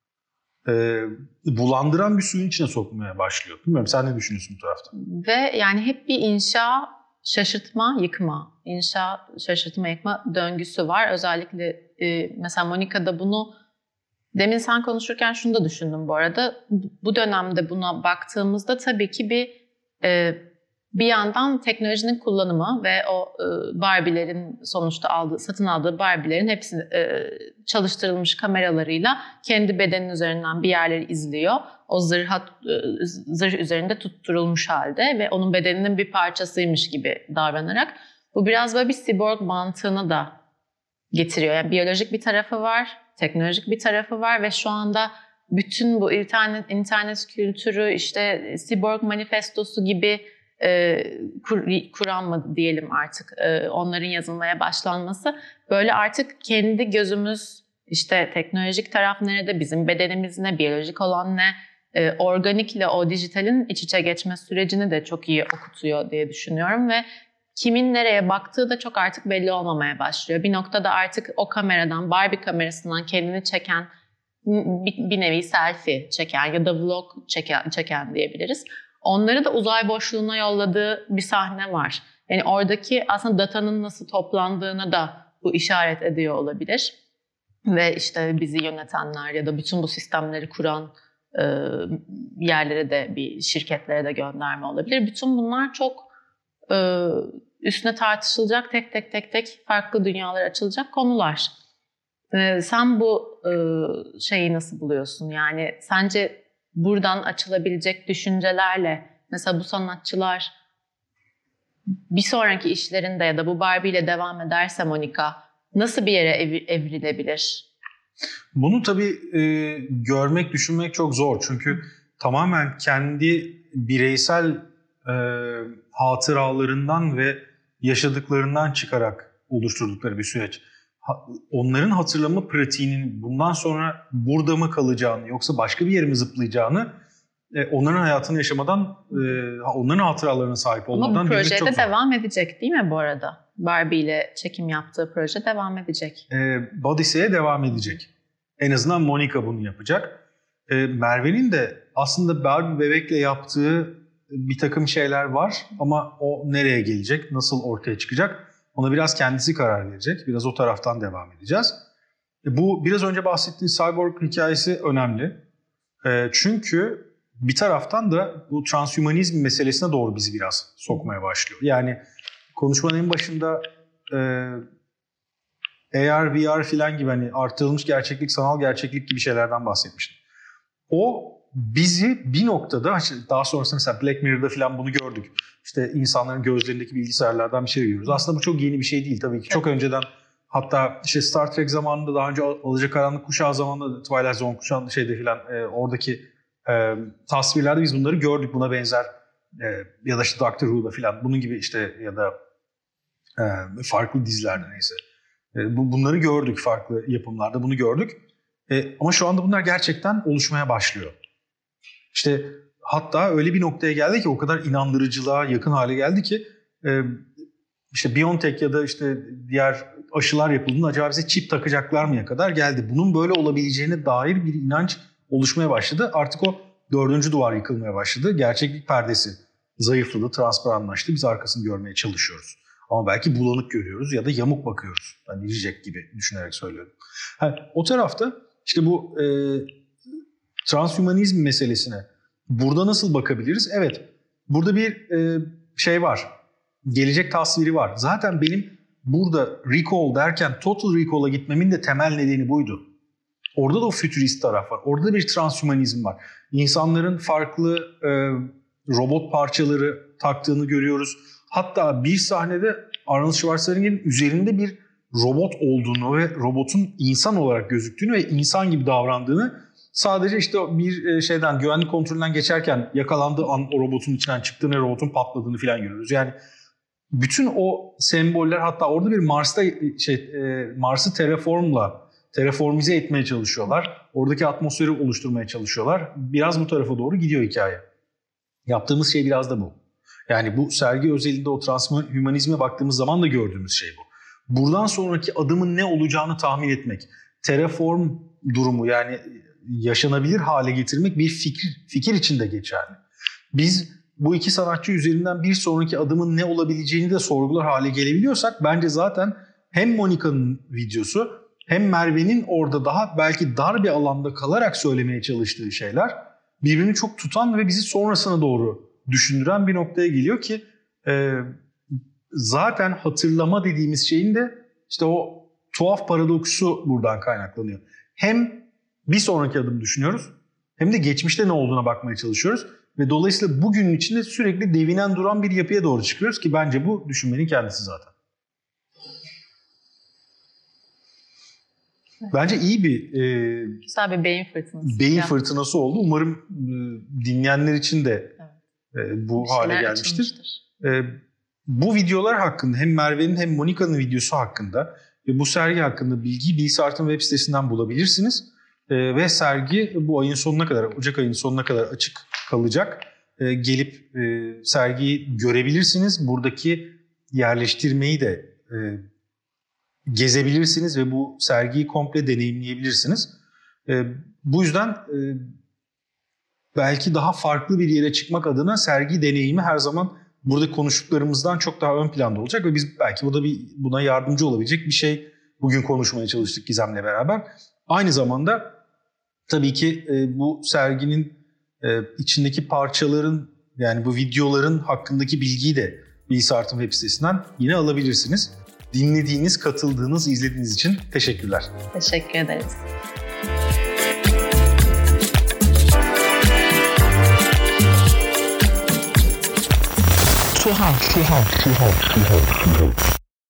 e, bulandıran bir suyun içine sokmaya başlıyor. Bilmiyorum, sen ne düşünüyorsun bu tarafta? Ve yani hep bir inşa, şaşırtma, yıkma. İnşa, şaşırtma, yıkma döngüsü var. Özellikle e, mesela Monica'da bunu, demin sen konuşurken şunu da düşündüm bu arada. Bu dönemde buna baktığımızda tabii ki bir e, bir yandan teknolojinin kullanımı ve o e, Barbie'lerin sonuçta aldığı, satın aldığı Barbie'lerin hepsi e, çalıştırılmış kameralarıyla kendi bedenin üzerinden bir yerleri izliyor. O zırh, e, zırh üzerinde tutturulmuş halde ve onun bedeninin bir parçasıymış gibi davranarak. Bu biraz böyle bir cyborg mantığını da getiriyor. Yani biyolojik bir tarafı var, teknolojik bir tarafı var ve şu anda bütün bu internet, internet kültürü, işte cyborg manifestosu gibi e, kur, kuran mı diyelim artık, e, onların yazılmaya başlanması böyle artık kendi gözümüz, işte teknolojik taraf nerede, bizim bedenimiz ne, biyolojik olan ne, e, organikle o dijitalin iç içe geçme sürecini de çok iyi okutuyor diye düşünüyorum ve kimin nereye baktığı da çok artık belli olmamaya başlıyor. Bir noktada artık o kameradan, Barbie kamerasından kendini çeken, bir, bir nevi selfie çeken ya da vlog çeken, çeken diyebiliriz. Onları da uzay boşluğuna yolladığı bir sahne var. Yani oradaki aslında datanın nasıl toplandığına da bu işaret ediyor olabilir. Ve işte bizi yönetenler ya da bütün bu sistemleri kuran e, yerlere de, bir şirketlere de gönderme olabilir. Bütün bunlar çok e, üstüne tartışılacak, tek tek tek tek farklı dünyalar açılacak konular. E, sen bu e, şeyi nasıl buluyorsun? Yani sence buradan açılabilecek düşüncelerle mesela bu sanatçılar bir sonraki işlerinde ya da bu Barbie ile devam ederse Monica nasıl bir yere ev, evrilebilir? Bunu tabii e, görmek, düşünmek çok zor. Çünkü tamamen kendi bireysel e, hatıralarından ve yaşadıklarından çıkarak oluşturdukları bir süreç. Ha, onların hatırlama pratiğinin bundan sonra burada mı kalacağını yoksa başka bir yere mi zıplayacağını e, onların hayatını yaşamadan, e, onların hatıralarına sahip olmadan Ama bu bilmek çok zor. projede devam edecek değil mi bu arada? Barbie ile çekim yaptığı proje devam edecek. E, Bodysea'ye devam edecek. En azından Monica bunu yapacak. E, Merve'nin de aslında Barbie bebekle yaptığı bir takım şeyler var ama o nereye gelecek, nasıl ortaya çıkacak ona biraz kendisi karar verecek. Biraz o taraftan devam edeceğiz. E, bu biraz önce bahsettiğim cyborg hikayesi önemli. E, çünkü bir taraftan da bu transhumanizm meselesine doğru bizi biraz sokmaya başlıyor. Yani konuşmanın en başında e, A R, V R filan gibi hani artırılmış gerçeklik, sanal gerçeklik gibi şeylerden bahsetmiştim. O bizi bir noktada, daha sonrasında mesela Black Mirror'da filan bunu gördük. İşte insanların gözlerindeki bilgisayarlardan bir şey görüyoruz. Aslında bu çok yeni bir şey değil tabii ki. Çok önceden, hatta işte Star Trek zamanında, daha önce Alacakaranlık Kuşağı zamanında, Twilight Zone kuşağında şeyde filan e, oradaki e, tasvirlerde biz bunları gördük. Buna benzer e, ya da işte Doctor Who'da filan bunun gibi işte ya da e, farklı dizilerde neyse. E, bu, bunları gördük farklı yapımlarda, bunu gördük. E, ama şu anda bunlar gerçekten oluşmaya başlıyor. İşte hatta öyle bir noktaya geldi ki, o kadar inandırıcılığa yakın hale geldi ki e, işte BioNTech ya da işte diğer aşılar yapıldığında acaba bize çip takacaklar mıya kadar geldi. Bunun böyle olabileceğine dair bir inanç oluşmaya başladı. Artık o dördüncü duvar yıkılmaya başladı. Gerçeklik perdesi zayıfladı, transparanlaştı. Biz arkasını görmeye çalışıyoruz. Ama belki bulanık görüyoruz ya da yamuk bakıyoruz. Hani Reject gibi düşünerek söylüyorum. Ha, o tarafta işte bu e, transhümanizm meselesine burada nasıl bakabiliriz? Evet, burada bir e, şey var. Gelecek tasviri var. Zaten benim burada recall derken total recall'a gitmemin de temel nedeni buydu. Orada da o fütürist taraf var. Orada da bir transhümanizm var. İnsanların farklı e, robot parçaları taktığını görüyoruz. Hatta bir sahnede Arnold Schwarzenegger'in üzerinde bir robot olduğunu ve robotun insan olarak gözüktüğünü ve insan gibi davrandığını, sadece işte bir şeyden, güvenlik kontrolünden geçerken yakalandığı an o robotun içinden çıktığını, robotun patladığını falan görüyoruz. Yani bütün o semboller, hatta orada bir Mars'ta şey Mars'ı terraformla terraformize etmeye çalışıyorlar. Oradaki atmosferi oluşturmaya çalışıyorlar. Biraz bu tarafa doğru gidiyor hikaye. Yaptığımız şey biraz da bu. Yani bu sergi özelinde o transhümanizme baktığımız zaman da gördüğümüz şey bu. Buradan sonraki adımın ne olacağını tahmin etmek, terraform durumu, yani yaşanabilir hale getirmek bir fikir, fikir içinde geçerli. Biz bu iki sanatçı üzerinden bir sonraki adımın ne olabileceğini de sorgular hale gelebiliyorsak, bence zaten hem Monica'nın videosu hem Merve'nin orada daha belki dar bir alanda kalarak söylemeye çalıştığı şeyler birbirini çok tutan ve bizi sonrasına doğru düşündüren bir noktaya geliyor ki e, zaten hatırlama dediğimiz şeyin de işte o tuhaf paradoksu buradan kaynaklanıyor. Hem bir sonraki adım düşünüyoruz hem de geçmişte ne olduğuna bakmaya çalışıyoruz ve dolayısıyla bugünün içinde sürekli devinen duran bir yapıya doğru çıkıyoruz ki bence bu düşünmenin kendisi zaten. Bence iyi bir e, güzel bir beyin fırtınası. Beyin yani. fırtınası oldu. Umarım e, dinleyenler için de evet. e, bu hale gelmiştir. E, bu videolar hakkında, hem Merve'nin hem Monica'nın videosu hakkında ve bu sergi hakkında bilgiyi Bilgisart'ın web sitesinden bulabilirsiniz. E, ve sergi bu ayın sonuna kadar, Ocak ayının sonuna kadar açık kalacak. E, gelip e, sergiyi görebilirsiniz. Buradaki yerleştirmeyi de e, gezebilirsiniz ve bu sergiyi komple deneyimleyebilirsiniz. E, bu yüzden e, belki daha farklı bir yere çıkmak adına sergi deneyimi her zaman burada konuştuklarımızdan çok daha ön planda olacak ve biz belki bu da bir, buna yardımcı olabilecek bir şey bugün konuşmaya çalıştık Gizem'le beraber. Aynı zamanda tabii ki e, bu serginin e, içindeki parçaların, yani bu videoların hakkındaki bilgiyi de Bilgisart'ın web sitesinden yine alabilirsiniz. Dinlediğiniz, katıldığınız, izlediğiniz için teşekkürler. Teşekkür ederiz. Tuhaf, tuhaf, tuhaf, tuhaf, tuhaf.